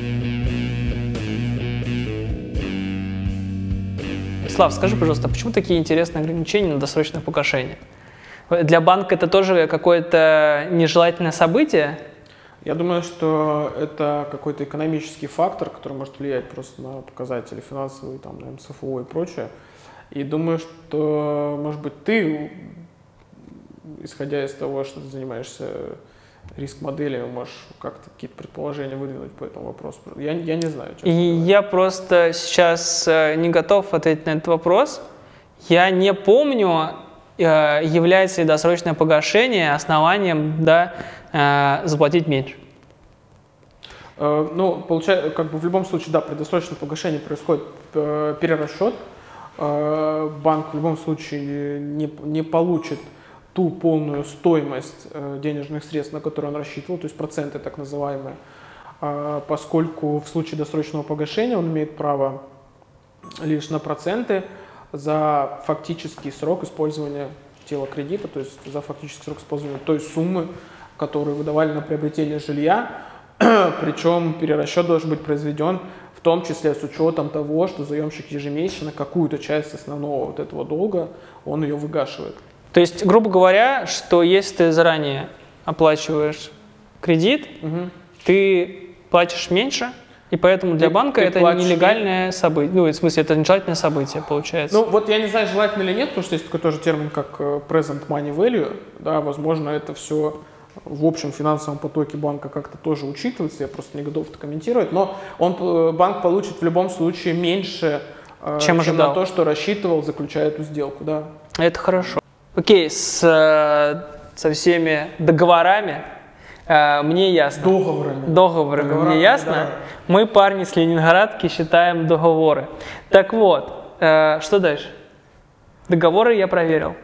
Слав, скажи, пожалуйста, почему такие интересные ограничения на досрочное погашение? Для банка это тоже какое-то нежелательное событие? Я думаю, что это какой-то экономический фактор, который может влиять просто на показатели финансовые, там, на эм эс эф о и прочее. И думаю, что, может быть, ты, исходя из того, что ты занимаешься риск-моделями, можешь как-то какие-то предположения выдвинуть по этому вопросу. Я, я не знаю, честно И говоря. я просто сейчас не готов ответить на этот вопрос. Я не помню, является ли досрочное погашение основанием, да, заплатить меньше. Ну, получается, как бы в любом случае, да, при досрочном погашении происходит перерасчет. Банк в любом случае не, не получит ту полную стоимость денежных средств, на которые он рассчитывал, то есть проценты так называемые, поскольку в случае досрочного погашения он имеет право лишь на проценты за фактический срок использования тела кредита, то есть за фактический срок использования той суммы, которую выдавали на приобретение жилья, причем перерасчет должен быть произведен в том числе с учетом того, что заемщик ежемесячно какую-то часть основного вот этого долга, он ее выгашивает. То есть, грубо говоря, что если ты заранее оплачиваешь кредит, угу. ты платишь меньше, и поэтому для ты, банка ты это платишь... нелегальное событие, ну, в смысле, это нежелательное событие, получается. Ну, вот я не знаю, желательно или нет, потому что есть такой тоже термин, как present money value, да, возможно, это все в общем финансовом потоке банка как-то тоже учитывается, я просто не готов это комментировать, но он, банк получит в любом случае меньше, чем, чем на то, что рассчитывал, заключая эту сделку, да. Это хорошо. Окей, с, со всеми договорами э, мне ясно. Договорами. Договорами, Договорами мне ясно. Да. Мы, парни с Ленинградки, считаем договоры. Так вот, э, что дальше? Договоры я проверил.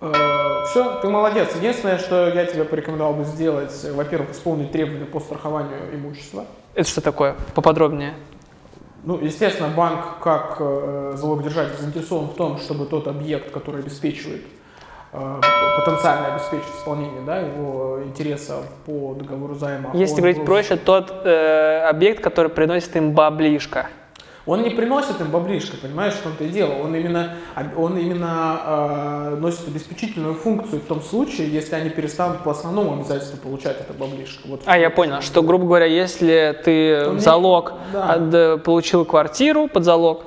Все, ты молодец. Единственное, что я тебе порекомендовал бы сделать, во-первых, исполнить требования по страхованию имущества. Это что такое? Поподробнее. Ну, естественно, банк как э, залогодержатель заинтересован в том, чтобы тот объект, который обеспечивает, э, потенциально обеспечит исполнение, да, его интереса по договору займа. Если говорить был... проще, тот э, объект, который приносит им баблишко. Он не приносит им баблишко, понимаешь, в том-то и дело. Он именно, он именно э, носит обеспечительную функцию в том случае, если они перестанут по основному обязательству получать это баблишко. Вот. А, я понял, что, грубо говоря, если ты он в залог не... да. от, получил квартиру под залог,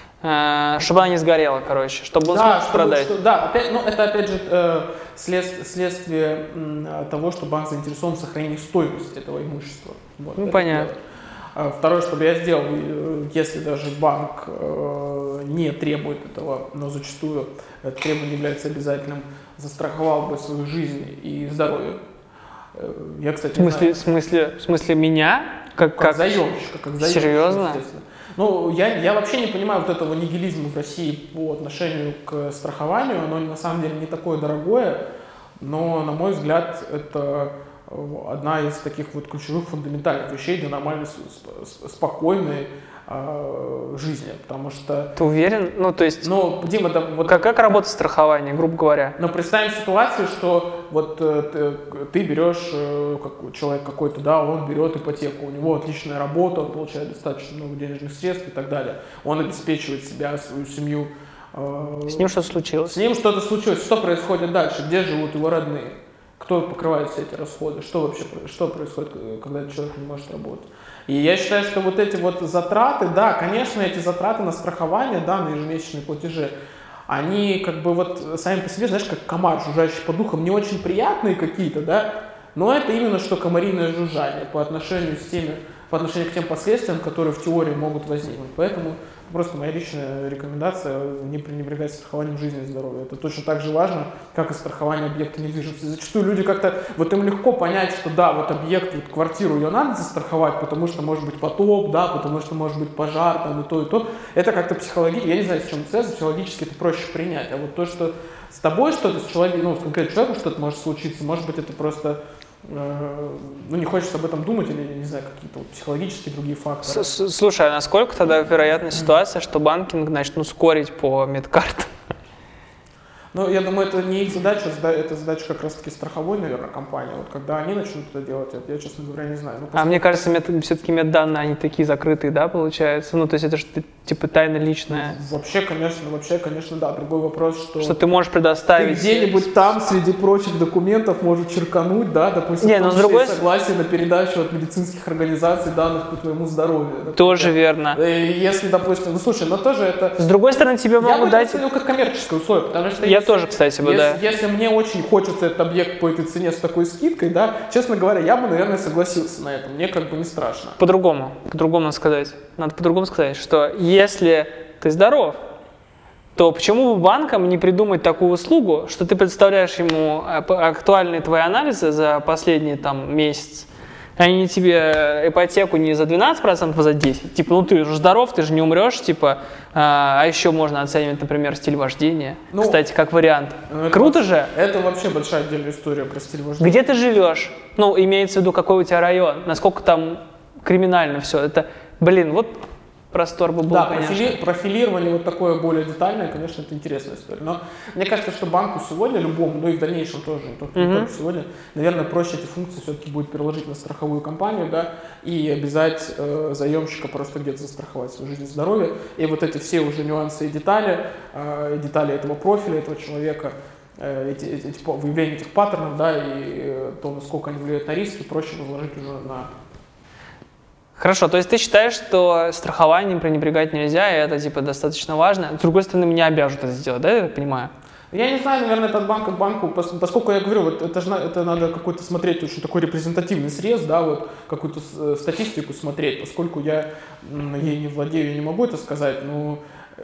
э, чтобы она не сгорела, короче, чтобы он да, смог продать. Что, да, опять, ну, это опять же э, след, следствие э, того, что банк заинтересован в сохранении стоимости этого имущества. Вот, ну, понятно. Второе, что я сделал, если даже банк э, не требует этого, но зачастую это требование является обязательным, застраховал бы свою жизнь и здоровье. Я, кстати, в смысле, знаю, в смысле, в смысле меня? Как, как, как заемщика, как заемщика. Серьезно? Ну, я, я вообще не понимаю вот этого нигилизма в России по отношению к страхованию. Оно на самом деле не такое дорогое, но, на мой взгляд, это одна из таких вот ключевых фундаментальных вещей для нормальной, спокойной э, жизни, потому что... Ты уверен? Ну, то есть... Ну, Дима, да, вот... Как, как работает страхование, грубо говоря? Ну, представим ситуацию, что вот э, ты, ты берешь, э, как, человек какой-то, да, он берет ипотеку, у него отличная работа, он получает достаточно много денежных средств и так далее. Он обеспечивает себя, свою семью. Э, с ним что-то случилось? С ним что-то случилось. Что происходит дальше? Где живут его родные? Кто покрывает все эти расходы? Что вообще что происходит, когда человек не может работать? И я считаю, что вот эти вот затраты, да, конечно, эти затраты на страхование, да, на ежемесячные платежи, они как бы вот сами по себе, знаешь, как комар, жужжащий по духам, не очень приятные какие-то, да, но это именно что комариное жужжание по отношению с теми по отношению к тем последствиям, которые в теории могут возникнуть. Поэтому просто моя личная рекомендация – не пренебрегать страхованием жизни и здоровья. Это точно так же важно, как и страхование объекта недвижимости. Зачастую люди как-то, вот им легко понять, что да, вот объект, вот квартиру ее надо застраховать, потому что может быть потоп, да, потому что может быть пожар, там и то, и то. Это как-то психологически, я не знаю, с чем это связано, психологически это проще принять. А вот то, что с тобой что-то, с человеком, ну, с конкретным человеком что-то может случиться, может быть, это просто ну, не хочется об этом думать или, не знаю, какие-то вот психологические другие факторы. Слушай, а насколько тогда вероятна ситуация, что банки начнут ускорить по медкартам? Ну, я думаю, это не их задача, это задача как раз-таки страховой, наверное, компании. Вот когда они начнут это делать, я, честно говоря, не знаю. Ну, а мне кажется, мет, все-таки медданные, они такие закрытые, да, получается? Ну, то есть это же типа тайна личная. Вообще, конечно, вообще, конечно, да. Другой вопрос, что... Что ты можешь предоставить... Ты где-нибудь там, среди прочих документов, можешь черкануть, да, допустим, не, но с другой... согласие на передачу от медицинских организаций данных по твоему здоровью. Допустим. Тоже верно. Если, допустим, ну, слушай, но тоже это... С другой стороны, тебе могут дать... Я бы это как коммерческое условие, потому что... Я тоже, кстати, бы, если, да. Если мне очень хочется этот объект по этой цене с такой скидкой, да, честно говоря, я бы, наверное, согласился на это. Мне как бы не страшно. По-другому, по-другому надо сказать. Надо по-другому сказать, что если ты здоров, то почему бы банкам не придумать такую услугу, что ты представляешь ему актуальные твои анализы за последний там месяц, они тебе ипотеку не за двенадцать процентов, а за десять процентов. Типа, ну ты же здоров, ты же не умрешь, типа, а, а еще можно оценивать, например, стиль вождения. Ну, кстати, как вариант. Ну, Круто это, же? Это вообще большая отдельная история про стиль вождения. Где ты живешь? Ну, имеется в виду, какой у тебя район, насколько там криминально все. Это, блин, вот простор бы был, да, конечно. Профили, профилирование вот такое более детальное, конечно, это интересная история. Но мне кажется, что банку сегодня, любому, ну и в дальнейшем тоже, не только, mm-hmm. не только сегодня, наверное, проще эти функции все-таки будет переложить на страховую компанию, да, и обязать э, заемщика просто где-то застраховать свою жизнь и здоровье. И вот эти все уже нюансы и детали, э, детали этого профиля, этого человека, э, эти, эти, эти, выявление этих паттернов, да, и э, то, насколько они влияют на риски, проще возложить уже на... Хорошо, то есть ты считаешь, что страхованием пренебрегать нельзя, и это типа достаточно важно. С другой стороны, меня обяжут это сделать, да, я так понимаю? Я не знаю, наверное, это от банка к банку, поскольку я говорю, вот это, же, это надо какой-то смотреть очень такой репрезентативный срез, да, вот какую-то статистику смотреть, поскольку я ей не владею и не могу это сказать, но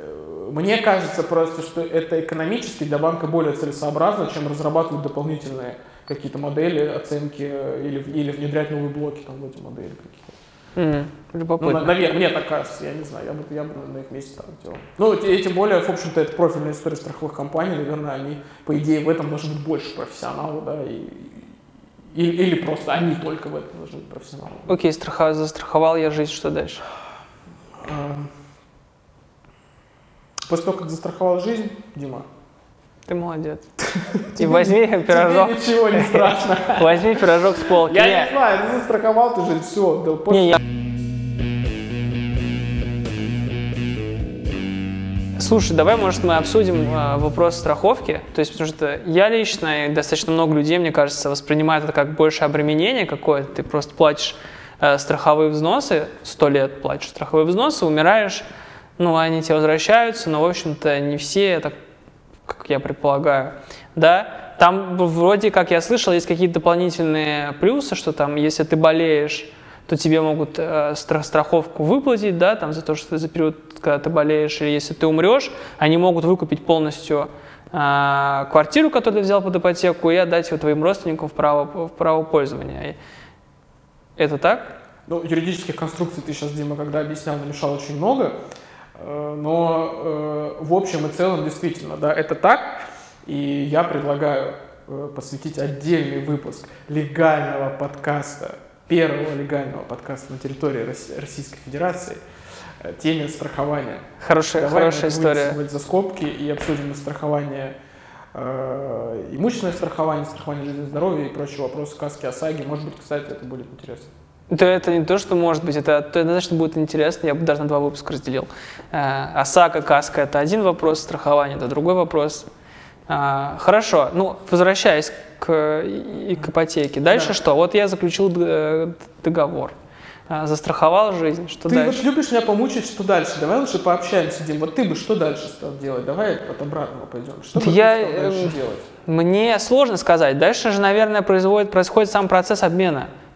мне кажется просто, что это экономически для банка более целесообразно, чем разрабатывать дополнительные какие-то модели оценки или, или внедрять новые блоки там, в эти модели какие-то. Mm, любопытно. Ну, наверное, мне так кажется, я не знаю, я бы, я бы на их месте так делал. Ну, и тем более, в общем-то, это профильная история страховых компаний, наверное, они, по идее, в этом должны быть больше профессионалов, да, и, и, или просто они только в этом должны быть профессионалы. Окей, страхов, застраховал я жизнь, что дальше? После того, как застраховал жизнь, Дима, ты молодец. И возьми пирожок. Тебе ничего не страшно. Возьми пирожок с полки. Я не знаю, ты застраховал, ты же все. Не, я... Слушай, давай, может, мы обсудим э, вопрос страховки. То есть, потому что я лично и достаточно много людей, мне кажется, воспринимают это как больше обременение какое-то. Ты просто платишь э, страховые взносы, сто лет платишь страховые взносы, умираешь, ну, они тебе возвращаются, но, в общем-то, не все, так, как я предполагаю, да. Там вроде, как я слышал, есть какие-то дополнительные плюсы, что там, если ты болеешь, то тебе могут э, страховку выплатить, да, там, за то, что ты за период, когда ты болеешь, или если ты умрешь, они могут выкупить полностью э, квартиру, которую ты взял под ипотеку, и отдать ее твоим родственникам в право, в право пользования. Это так? Ну, юридических конструкций ты сейчас, Дима, когда объяснял, намешал очень много, э, но э, в общем и целом действительно, да, это так, и я предлагаю э, посвятить отдельный выпуск легального подкаста, первого легального подкаста на территории Российской Федерации теме страхования. Хорошая, Давай хорошая история. Давай за скобки и обсудим страхование, э, имущественное страхование, страхование жизни и здоровья и прочие вопросы каски ОСАГИ. Может быть, кстати, это будет интересно. Это, это не то, что может быть, это, это значит, будет интересно, я бы даже на два выпуска разделил. Э, ОСАГО, каска – это один вопрос, страхование – это другой вопрос. А, хорошо, ну, возвращаясь к, и к ипотеке. Дальше да. Что? Вот я заключил договор, застраховал жизнь, что ты дальше? Ты вот любишь меня помучить, что дальше? Давай лучше пообщаемся, Дим. Вот ты бы что дальше стал делать? Давай от обратного пойдем. Что бы я, ты стал дальше делать? Мне сложно сказать. Дальше же, наверное, производит, происходит сам процесс обмена.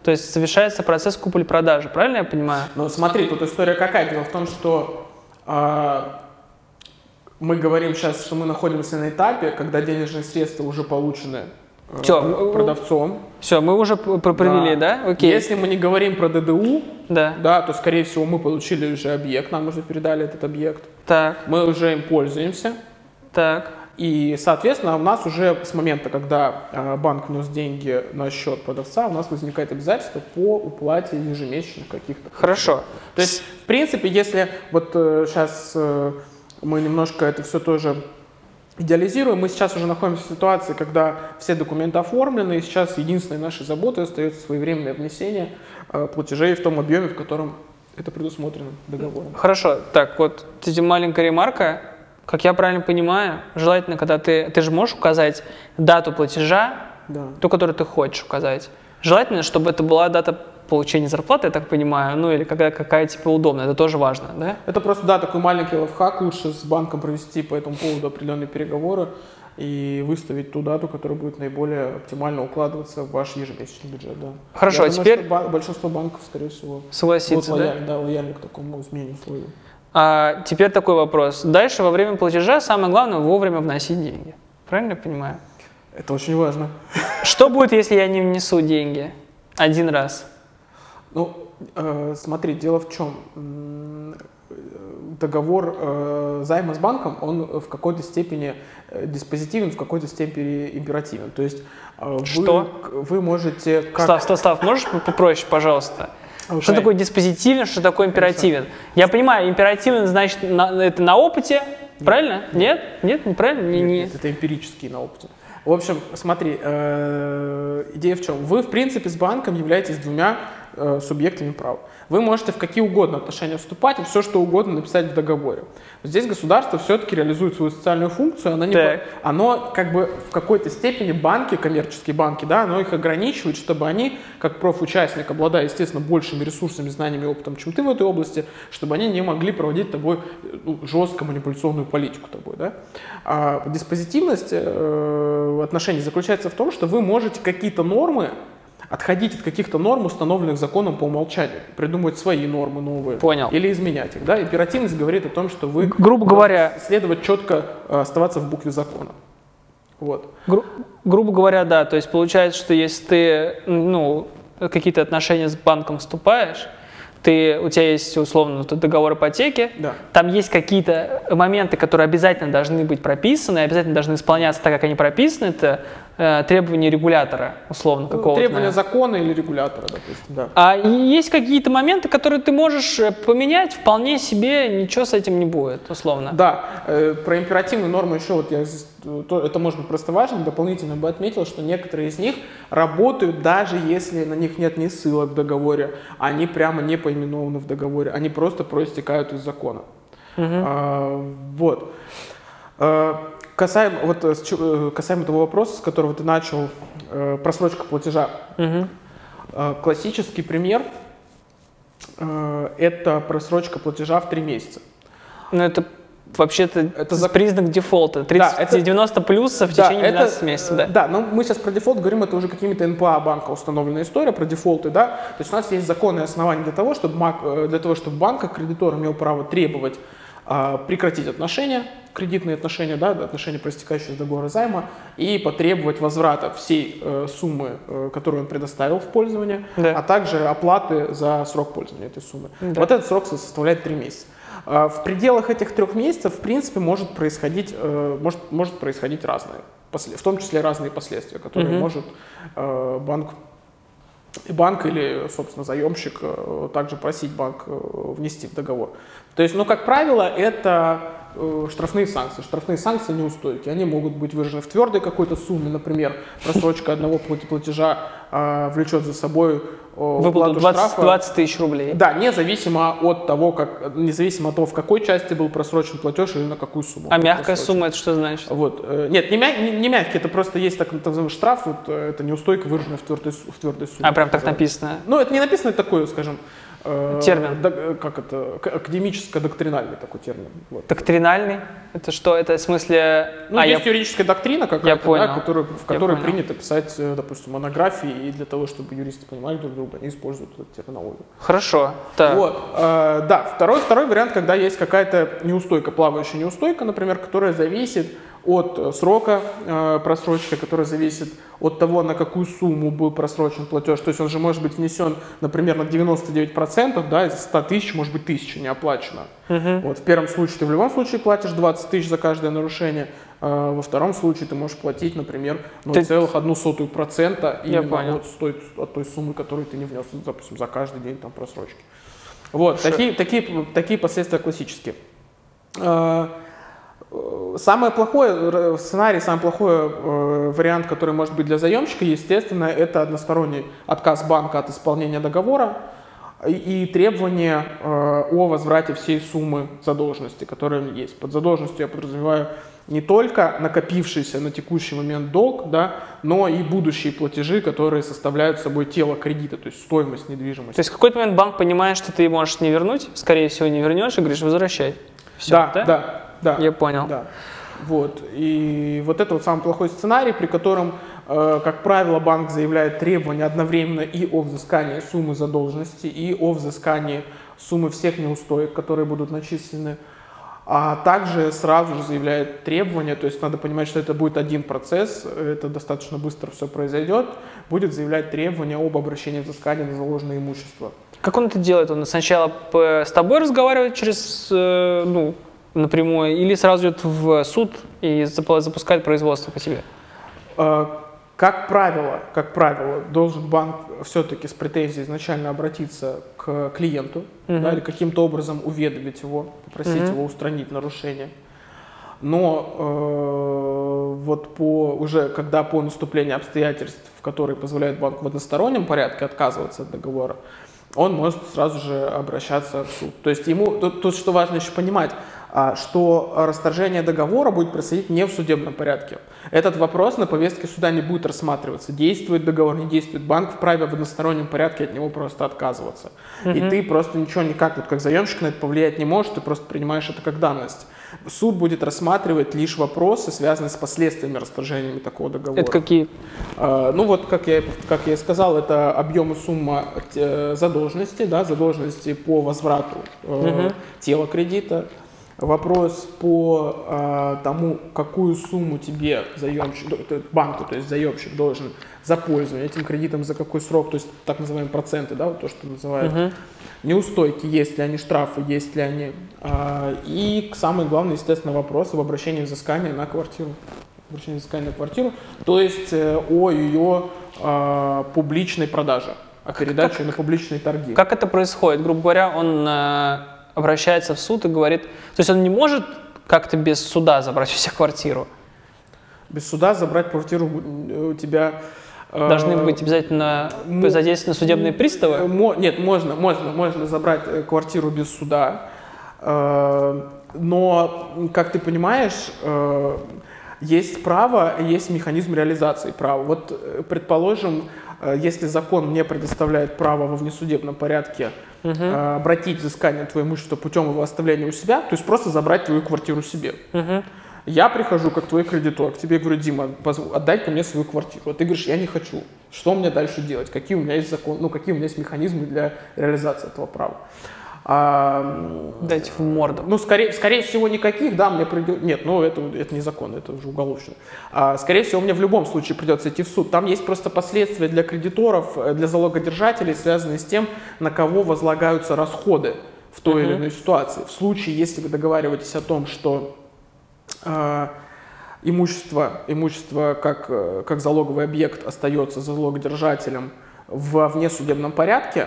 То есть совершается процесс купли-продажи, правильно я понимаю? Но смотри, тут история какая? Дело в том, что а, мы говорим сейчас, что мы находимся на этапе, когда денежные средства уже получены э, Всё, продавцом. Все, мы уже провели, да? да? Окей. Если мы не говорим про ДДУ, да. Да, то, скорее всего, мы получили уже объект, нам уже передали этот объект. Так. Мы уже им пользуемся. Так. И, соответственно, у нас уже с момента, когда э, банк внес деньги на счет продавца, у нас возникает обязательство по уплате ежемесячных каких-то. Хорошо. То есть, в принципе, если вот э, сейчас э, мы немножко это все тоже идеализируем, мы сейчас уже находимся в ситуации, когда все документы оформлены, и сейчас единственной нашей заботой остается своевременное внесение э, платежей в том объеме, в котором это предусмотрено договором. Хорошо. Так, вот эти маленькая ремарка. Как я правильно понимаю, желательно, когда ты, ты же можешь указать дату платежа, Да. ту, которую ты хочешь указать. Желательно, чтобы это была дата получения зарплаты, я так понимаю, ну или какая, какая тебе удобная, это тоже важно, да? Это просто, да, такой маленький лайфхак, лучше с банком провести по этому поводу определенные переговоры и выставить ту дату, которая будет наиболее оптимально укладываться в ваш ежемесячный бюджет, да. Хорошо, Я а думаю, теперь... что ба- большинство банков, скорее всего, Согласиться, будут да? лояльны, да, лояльны к такому изменению условий. А теперь такой вопрос. Дальше во время платежа самое главное вовремя вносить деньги. Правильно я понимаю? Это очень важно. Что будет, если я не внесу деньги один раз? Ну, э, смотри, дело в чем. Договор э, займа с банком, он в какой-то степени э, диспозитивен, в какой-то степени императивен. То есть э, вы, Что? вы можете... Как... Став, Став, Став, можешь попроще, пожалуйста? Okay. Что такое диспозитивен, что такое императивен? Я понимаю, императивен значит на, это на опыте, правильно? Нет? Нет, неправильно? Не, Нет, не... нет, это эмпирический на опыте. В общем, смотри, э, идея в чем? Вы, в принципе, с банком являетесь двумя э, субъектами права. Вы можете в какие угодно отношения вступать и все, что угодно написать в договоре. Здесь государство все-таки реализует свою социальную функцию, оно, не, оно как бы в какой-то степени банки, коммерческие банки, да, оно их ограничивает, чтобы они, как профучастник, обладая, естественно, большими ресурсами, знаниями и опытом, чем ты в этой области, чтобы они не могли проводить тобой ну, жестко манипуляционную политику тобой. Да? А диспозитивность э, отношений заключается в том, что вы можете какие-то нормы отходить от каких-то норм, установленных законом по умолчанию, придумывать свои нормы новые. Понял. Или изменять их. Да? Императивность говорит о том, что вы, грубо говоря, следовать четко, оставаться в букве закона. Вот. Гру- грубо говоря, да. То есть получается, что если ты ну, какие-то отношения с банком вступаешь, ты, у тебя есть условно договор ипотеки, Да. там есть какие-то моменты, которые обязательно должны быть прописаны, обязательно должны исполняться так, как они прописаны, это э, требования регулятора, условно, какого-то. Требования закона или регулятора, допустим, да. А есть какие-то моменты, которые ты можешь поменять, вполне себе ничего с этим не будет, условно. Да, э, про императивные нормы еще вот я здесь, то, это может быть просто важно, дополнительно бы отметил, что некоторые из них работают даже если на них нет ни ссылок в договоре, они прямо не поименованы в договоре, они просто проистекают из закона. Угу. А, вот. А, касаемо, вот, с, касаемо того вопроса, с которого ты начал, э, просрочка платежа. Угу. А, классический пример э, это просрочка платежа в три месяца. Ну это вообще-то Это за... признак дефолта. тридцать, да, это... девяносто плюсов в да, течение двенадцати это... месяцев. Да. да, но мы сейчас про дефолт говорим, это уже какими-то эн пэ а банка установленная история про дефолты, да. То есть у нас есть законные основания для того, чтобы, банк, для того, чтобы банк, как кредитор, имел право требовать а, прекратить отношения, кредитные отношения, да, отношения, проистекающие из договора займа, и потребовать возврата всей э, суммы, э, которую он предоставил в пользование, да. а также оплаты за срок пользования этой суммы. Да. Вот этот срок составляет три месяца. В пределах этих трех месяцев, в принципе, может происходить, может, может происходить разные, в том числе разные последствия, которые mm-hmm. может банк, банк или, собственно, заемщик также просить банк внести в договор. То есть, ну, как правило, это штрафные санкции. Штрафные санкции неустойки. Они могут быть выражены в твердой какой-то сумме, например, просрочка одного платежа а, влечет за собой выплату двадцать тысяч рублей. Да, независимо от того, как, независимо от того, в какой части был просрочен платеж или на какую сумму. А мягкая сумма это что значит? Вот. Нет, не, мя, не, не мягкий, это просто есть так называемый штраф, вот, это неустойка, выраженная в твердой, в твердой сумме. А прям так написано? Ну, это не написано, это такое, скажем, э, Термин. дог- как это, к- академическо-доктринальный такой термин. Вот. Доктринальный? Это что? Это в смысле... Ну, а, есть я... юридическая доктрина какая-то, Я да, понял. которую- в Я которой понял. принято писать, э, допустим, монографии, и для того, чтобы юристы понимали друг друга, они используют эту терминологию. Хорошо. Так. Вот, э, да, второй, второй вариант, когда есть какая-то неустойка, плавающая неустойка, например, которая зависит от э, срока э, просрочки, которая зависит от того, на какую сумму был просрочен платеж. То есть он же может быть внесен, например, на девяносто девять процентов, да, из ста тысяч может быть тысяча не оплачено. Мгм. Вот, в первом случае ты в любом случае платишь двадцать тысяч за каждое нарушение, э, во втором случае ты можешь платить, например, ноль целых одну сотую процента Я именно понял. от, той, от той суммы, которую ты не внес, допустим, за каждый день там просрочки. Вот, Ш- такие, такие, такие последствия классические. Э, э, Самое плохое, р- сценарий, самый плохой э, вариант, который может быть для заемщика, естественно, это односторонний отказ банка от исполнения договора и, и требование э, о возврате всей суммы задолженности, которая у него есть. Под задолженностью я подразумеваю не только накопившийся на текущий момент долг, да, но и будущие платежи, которые составляют собой тело кредита, то есть стоимость недвижимости. То есть в какой-то момент банк понимает, что ты можешь не вернуть, скорее всего, не вернешь, и говоришь, возвращай. Всё, да, да, да. Я понял. Да. Вот. И вот это вот самый плохой сценарий, при котором, э, как правило, банк заявляет требования одновременно и о взыскании суммы задолженности, и о взыскании суммы всех неустоек, которые будут начислены, а также сразу же заявляет требования, то есть надо понимать, что это будет один процесс, это достаточно быстро все произойдет, будет заявлять требования об обращении взыскания на заложенное имущество. Как он это делает? Он сначала п- с тобой разговаривает через, э, ну, напрямую, или сразу идет в суд и запу- запускает производство по тебе? Э, Как правило, как правило, должен банк все-таки с претензией изначально обратиться к клиенту, Мгм. да, или каким-то образом уведомить его, попросить Мгм. его устранить нарушение. Но э, вот по уже когда по наступлению обстоятельств, которые позволяют банку в одностороннем порядке отказываться от договора, он может сразу же обращаться в суд. То есть ему тут, тут что важно еще понимать, а, что расторжение договора будет происходить не в судебном порядке. Этот вопрос на повестке суда не будет рассматриваться. Действует договор, не действует. Банк вправе в одностороннем порядке от него просто отказываться. И ты просто ничего никак, вот как заемщик, на это повлиять не можешь, ты просто принимаешь это как данность. Суд будет рассматривать лишь вопросы, связанные с последствиями расторжения такого договора. Это какие? А, Ну вот, как я, как я и сказал, это объем и сумма э, задолженности, да, задолженности по возврату э, Мгм. тела кредита. Вопрос по э, тому, какую сумму тебе заемщик, д- т- банку, то есть заемщик должен за пользование этим кредитом, за какой срок, то есть так называемые проценты, да, вот то, что называют. Мгм. Неустойки, есть ли они, штрафы, есть ли они. А, И самый главный, естественно, вопрос об обращении взыскания на квартиру. Обращение взыскания на квартиру, то есть э, о ее а, публичной продаже, о передаче как- на публичные торги. Как это происходит? Грубо говоря, он э, обращается в суд и говорит... То есть он не может как-то без суда забрать у себя квартиру? Без суда забрать квартиру э, у тебя... э, Должны быть обязательно мо- задействованы судебные э, приставы? мо- Нет, можно, можно, можно забрать э, квартиру без суда, Э, но, как ты понимаешь, э, есть право, есть механизм реализации права. Вот, э, предположим, э, если закон мне предоставляет право во внесудебном порядке э, обратить взыскание твоего имущества путем его оставления у себя, то есть просто забрать твою квартиру себе. Мгм. Я прихожу как твой кредитор, к тебе говорю: Дима, позв- отдай-ка мне свою квартиру. А ты говоришь: я не хочу. Что мне дальше делать? Какие у меня есть закон, ну какие у меня есть механизмы для реализации этого права? А, м, Дайте в морду. ну, скорее, скорее всего, никаких, да, мне придется... Нет, ну, это, это не закон, это уже уголовщина. А, скорее всего, мне в любом случае придется идти в суд. Там есть просто последствия для кредиторов, э, для залогодержателей, связанные с тем, на кого возлагаются расходы в той Мгм. или иной ситуации. В случае, если вы договариваетесь о том, что э, имущество, имущество как, э, как залоговый объект остается за залогодержателем в внесудебном порядке,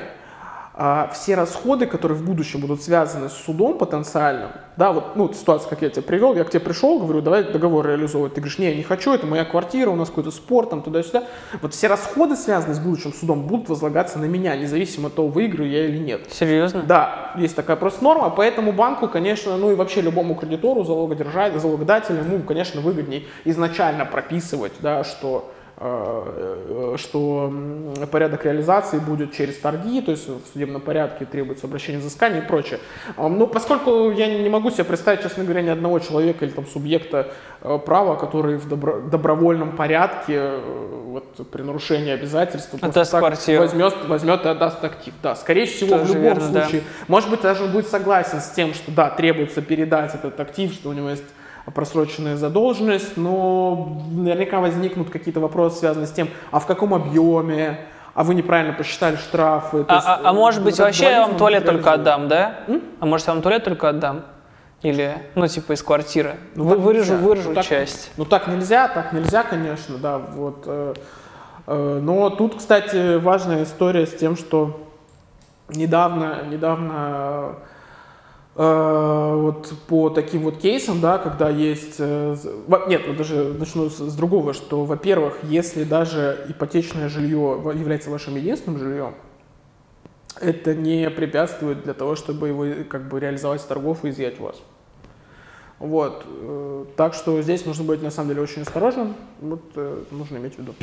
а все расходы, которые в будущем будут связаны с судом потенциальным, да, вот, ну, ситуация, как я тебе привел, я к тебе пришел, говорю: давай договор реализовывать. Ты говоришь: не, я не хочу, это моя квартира, у нас какой-то спор, там, туда-сюда. Вот все расходы, связанные с будущим судом, будут возлагаться на меня, независимо от того, выиграю я или нет. Серьезно? Да, есть такая просто норма, поэтому банку, конечно, ну и вообще любому кредитору, залогодержателю, залогодателю, ему, конечно, выгодней изначально прописывать, да, что что порядок реализации будет через торги, то есть в судебном порядке требуется обращение взыскания и прочее. Но поскольку я не могу себе представить, честно говоря, ни одного человека или там субъекта права, который в добро, добровольном порядке вот, при нарушении обязательств возьмет, возьмет и отдаст актив. Да, скорее всего, Тоже в любом верно, случае, да. Может быть, даже он будет согласен с тем, что да, требуется передать этот актив, что у него есть просроченная задолженность, но наверняка возникнут какие-то вопросы, связанные с тем, а в каком объеме, а вы неправильно посчитали штрафы. А, есть, а, а может быть, вообще я вам туалет только отдам, да? М? А может, я вам туалет только отдам? Или, ну, типа, из квартиры. Ну, Вы, так вырежу, нельзя. вырежу ну, так, часть. Ну, так нельзя, так нельзя, конечно, да, вот. Э, э, но тут, кстати, важная история с тем, что недавно, недавно э, вот по таким вот кейсам, да, когда есть... Э, нет, вот даже начну с, с другого, что, во-первых, если даже ипотечное жилье является вашим единственным жильем, это не препятствует для того, чтобы его как бы реализовать с торгов и изъять у вас. Вот. Так что здесь нужно быть на самом деле очень осторожным. Вот нужно иметь в виду.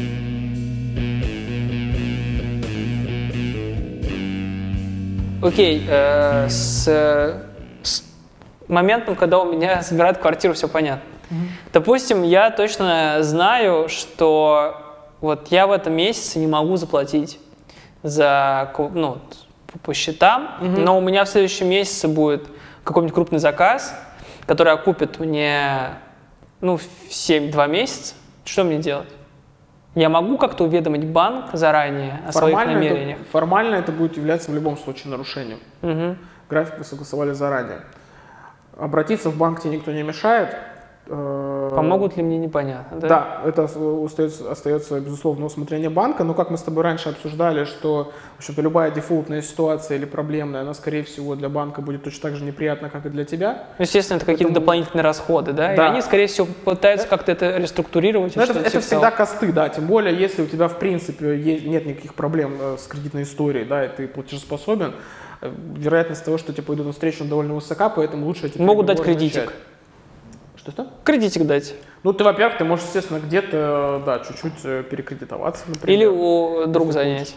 Окей, э, с, с моментом, когда у меня забирают квартиру, все понятно. Mm-hmm. Допустим, я точно знаю, что вот я в этом месяце не могу заплатить за, ну, по счетам, mm-hmm. но у меня в следующем месяце будет какой-нибудь крупный заказ, который окупит мне, ну, в семь-два месяца. Что мне делать? Я могу как-то уведомить банк заранее о своих намерениях? Это, формально это будет являться в любом случае нарушением. Угу. График вы согласовали заранее. Обратиться в банк тебе никто не мешает. Помогут ли мне, непонятно, да? Да, это остается, остается, безусловно, на усмотрение банка, но как мы с тобой раньше обсуждали, что, в общем-то, любая дефолтная ситуация или проблемная, она, скорее всего, для банка будет точно так же неприятна, как и для тебя. Естественно, это какие-то Поэтому... дополнительные расходы, да? да? И они, скорее всего, пытаются да. как-то это реструктурировать. Это, это всегда косты, да, тем более, если у тебя, в принципе, есть, нет никаких проблем с кредитной историей, да, и ты платежеспособен, вероятность того, что тебе пойдут навстречу, довольно высока, поэтому лучше эти Могут дать кредитик. Начать. Что-что? Кредитик дать. Ну, ты, во-первых, ты можешь, естественно, где-то, да, чуть-чуть перекредитоваться, например. Или у друга занять.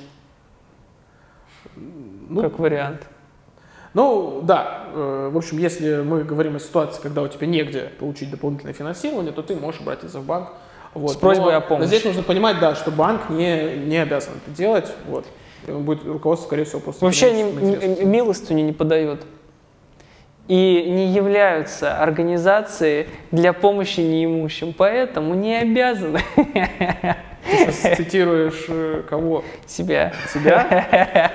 Ну, как вариант. Ну, да. Э, в общем, если мы говорим о ситуации, когда у тебя негде получить дополнительное финансирование, то ты можешь обратиться в банк. Вот. С просьбой но, о помощи. Но здесь нужно понимать, да, что банк не, не обязан это делать. Вот. Он будет руководствоваться, скорее всего, просто... Вообще они милостыню не подают. И не являются организацией для помощи неимущим, поэтому не обязаны. Ты сейчас цитируешь э, кого? Себя. Себя?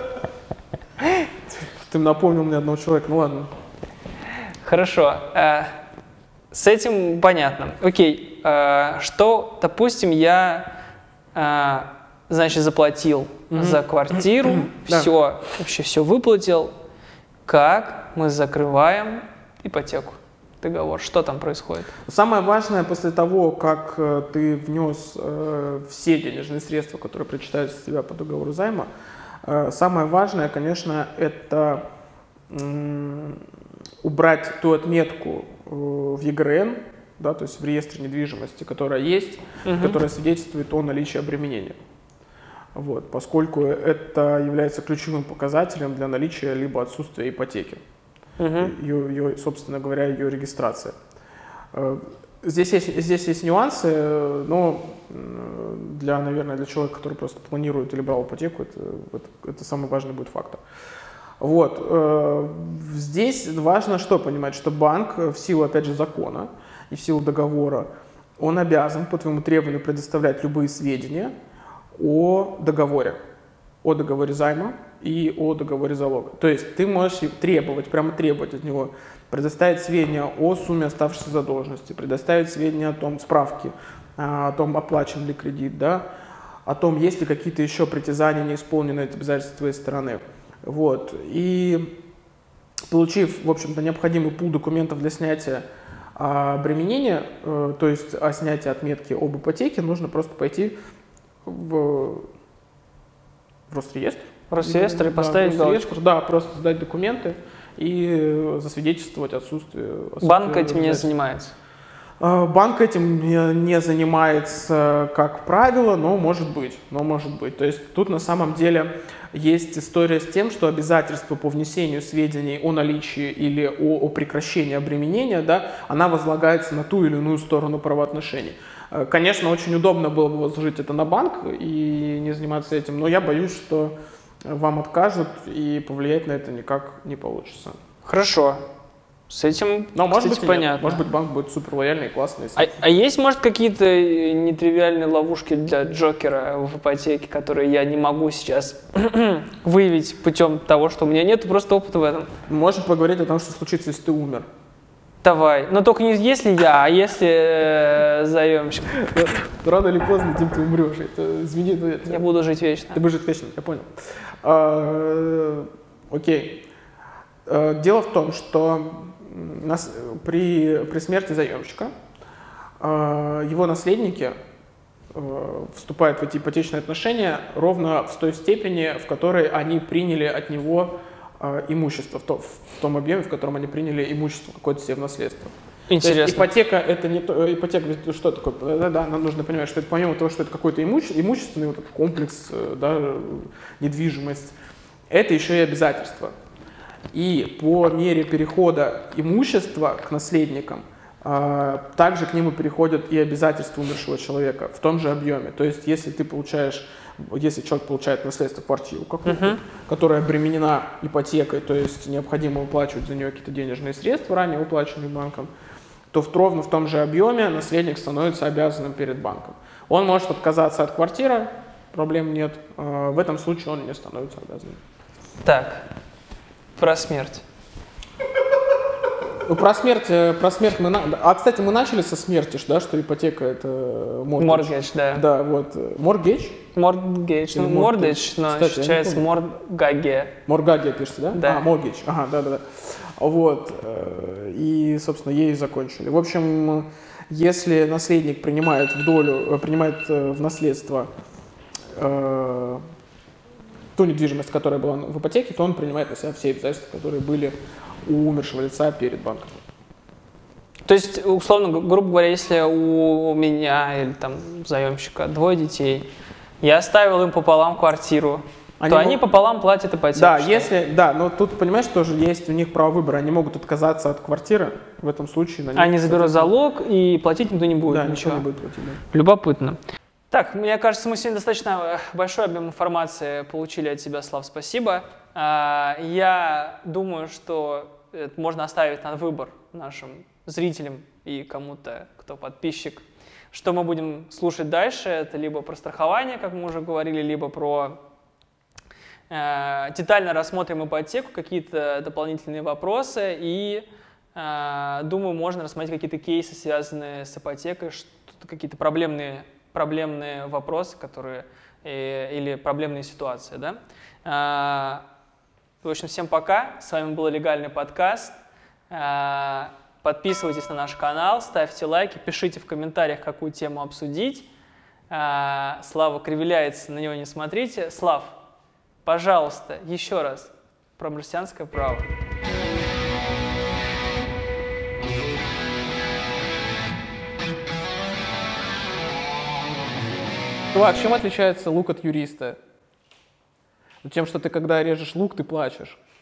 Ты напомнил мне одного человека, ну ладно. Хорошо, с этим понятно. Окей, что, допустим, я, значит, заплатил за квартиру, все, вообще все выплатил. Как мы закрываем ипотеку, договор? Что там происходит? Самое важное, после того, как э, ты внес э, все денежные средства, которые причитаются с тебя по договору займа, э, самое важное, конечно, это э, убрать ту отметку э, в е гэ эр эн, да, то есть в реестре недвижимости, которая есть, угу. которая свидетельствует о наличии обременения. Вот, поскольку это является ключевым показателем для наличия либо отсутствия ипотеки, uh-huh. ее, ее, собственно говоря, ее регистрация. Здесь есть, здесь есть нюансы, но для, наверное, для человека, который просто планирует или брал ипотеку, это, это, это самый важный будет фактор. Вот. Здесь важно что понимать, что банк в силу, опять же, закона и в силу договора, он обязан по твоему требованию предоставлять любые сведения о договоре, о договоре займа и о договоре залога. То есть ты можешь требовать, прямо требовать от него предоставить сведения о сумме оставшейся задолженности, предоставить сведения о том, справки, о том, оплачен ли кредит, да, о том, есть ли какие-то еще притязания, не исполненные обязательства с твоей стороны. Вот. И получив, в общем-то, необходимый пул документов для снятия обременения, то есть о снятии отметки об ипотеке, нужно просто пойти в, в Росреестр. Росреестр и поставить да, галочку. Да, просто сдать документы и засвидетельствовать отсутствие. отсутствие Банк этим не занимается? Э, Банк этим не не занимается, как правило, но может быть, но может быть. То есть тут на самом деле есть история с тем, что обязательство по внесению сведений о наличии или о, о прекращении обременения, да, она возлагается на ту или иную сторону правоотношений. Э, Конечно, очень удобно было бы возложить это на банк и не заниматься этим, но я боюсь, что вам откажут и повлиять на это никак не получится. Хорошо. С этим, Но может кстати, быть, и нет. понятно. Может быть, банк будет супер лояльный и классный. А, а есть, может, какие-то нетривиальные ловушки для Джокера в ипотеке, которые я не могу сейчас выявить путем того, что у меня нет просто опыта в этом? Можем поговорить о том, что случится, если ты умер. Давай. Но только не если я, а если э, заемщик. Рано или поздно, Дим, ты умрешь. Это, извини, но это... Я буду жить вечно. Ты будешь жить вечно, я понял. А, окей. А, дело в том, что нас, при, при смерти заемщика а, его наследники а, вступают в эти ипотечные отношения ровно в той степени, в которой они приняли от него а, имущество, в, то, в том объеме, в котором они приняли имущество какое-то себе в наследство. Интересно. То есть ипотека это не то, ипотека что такое? Да, да, нам нужно понимать, что это помимо того, что это какой-то имуще, имущественный вот этот комплекс, да, недвижимость, это еще и обязательство. И по мере перехода имущества к наследникам, а, также к нему переходят и обязательства умершего человека в том же объеме. То есть если ты получаешь, если человек получает наследство квартиру какую-то, uh-huh. которая обременена ипотекой, то есть необходимо выплачивать за нее какие-то денежные средства, ранее выплаченные банком, то в, ровно в том же объеме наследник становится обязанным перед банком. Он может отказаться от квартиры, проблем нет. А, в этом случае он не становится обязанным. Так, про смерть. Ну, про смерть, про смерть мы... На... А, кстати, мы начали со смерти, да, что ипотека — это моргидж. Моргидж, да. Да, вот. Моргидж? Моргидж. Ну, моргидж, но Кстати, читается моргаге. Моргаге пишется, да? Да. А, моргидж. Ага, да-да-да. Вот. И, собственно, ей закончили. В общем, если наследник принимает в долю, принимает в наследство э, ту недвижимость, которая была в ипотеке, то он принимает на себя все обязательства, которые были у умершего лица перед банком. То есть, условно, грубо говоря, если у меня или там заемщика двое детей, я оставил им пополам квартиру, они то мог... они пополам платят ипотеку. Да, что? если, да, но тут, понимаешь, тоже есть у них право выбора. Они могут отказаться от квартиры, в этом случае на них... Они заберут залог и платить никто не будет. Да, ничего никто не будет платить. Да. Любопытно. Так, мне кажется, мы сегодня достаточно большой объем информации получили от тебя, Слав, спасибо. Я думаю, что это можно оставить на выбор нашим зрителям и кому-то, кто подписчик. Что мы будем слушать дальше, это либо про страхование, как мы уже говорили, либо про э, детально рассмотрим ипотеку, какие-то дополнительные вопросы, и э, думаю, можно рассмотреть какие-то кейсы, связанные с ипотекой, какие-то проблемные, проблемные вопросы, которые, э, или проблемные ситуации. Да? Э, в общем, всем пока. С вами был Легальный подкаст. Э, Подписывайтесь на наш канал, ставьте лайки, пишите в комментариях, какую тему обсудить. Слава кривляется, на него не смотрите. Слав, пожалуйста, еще раз про марсианское право. Чувак, чем отличается лук от юриста? Тем, что ты, когда режешь лук, ты плачешь.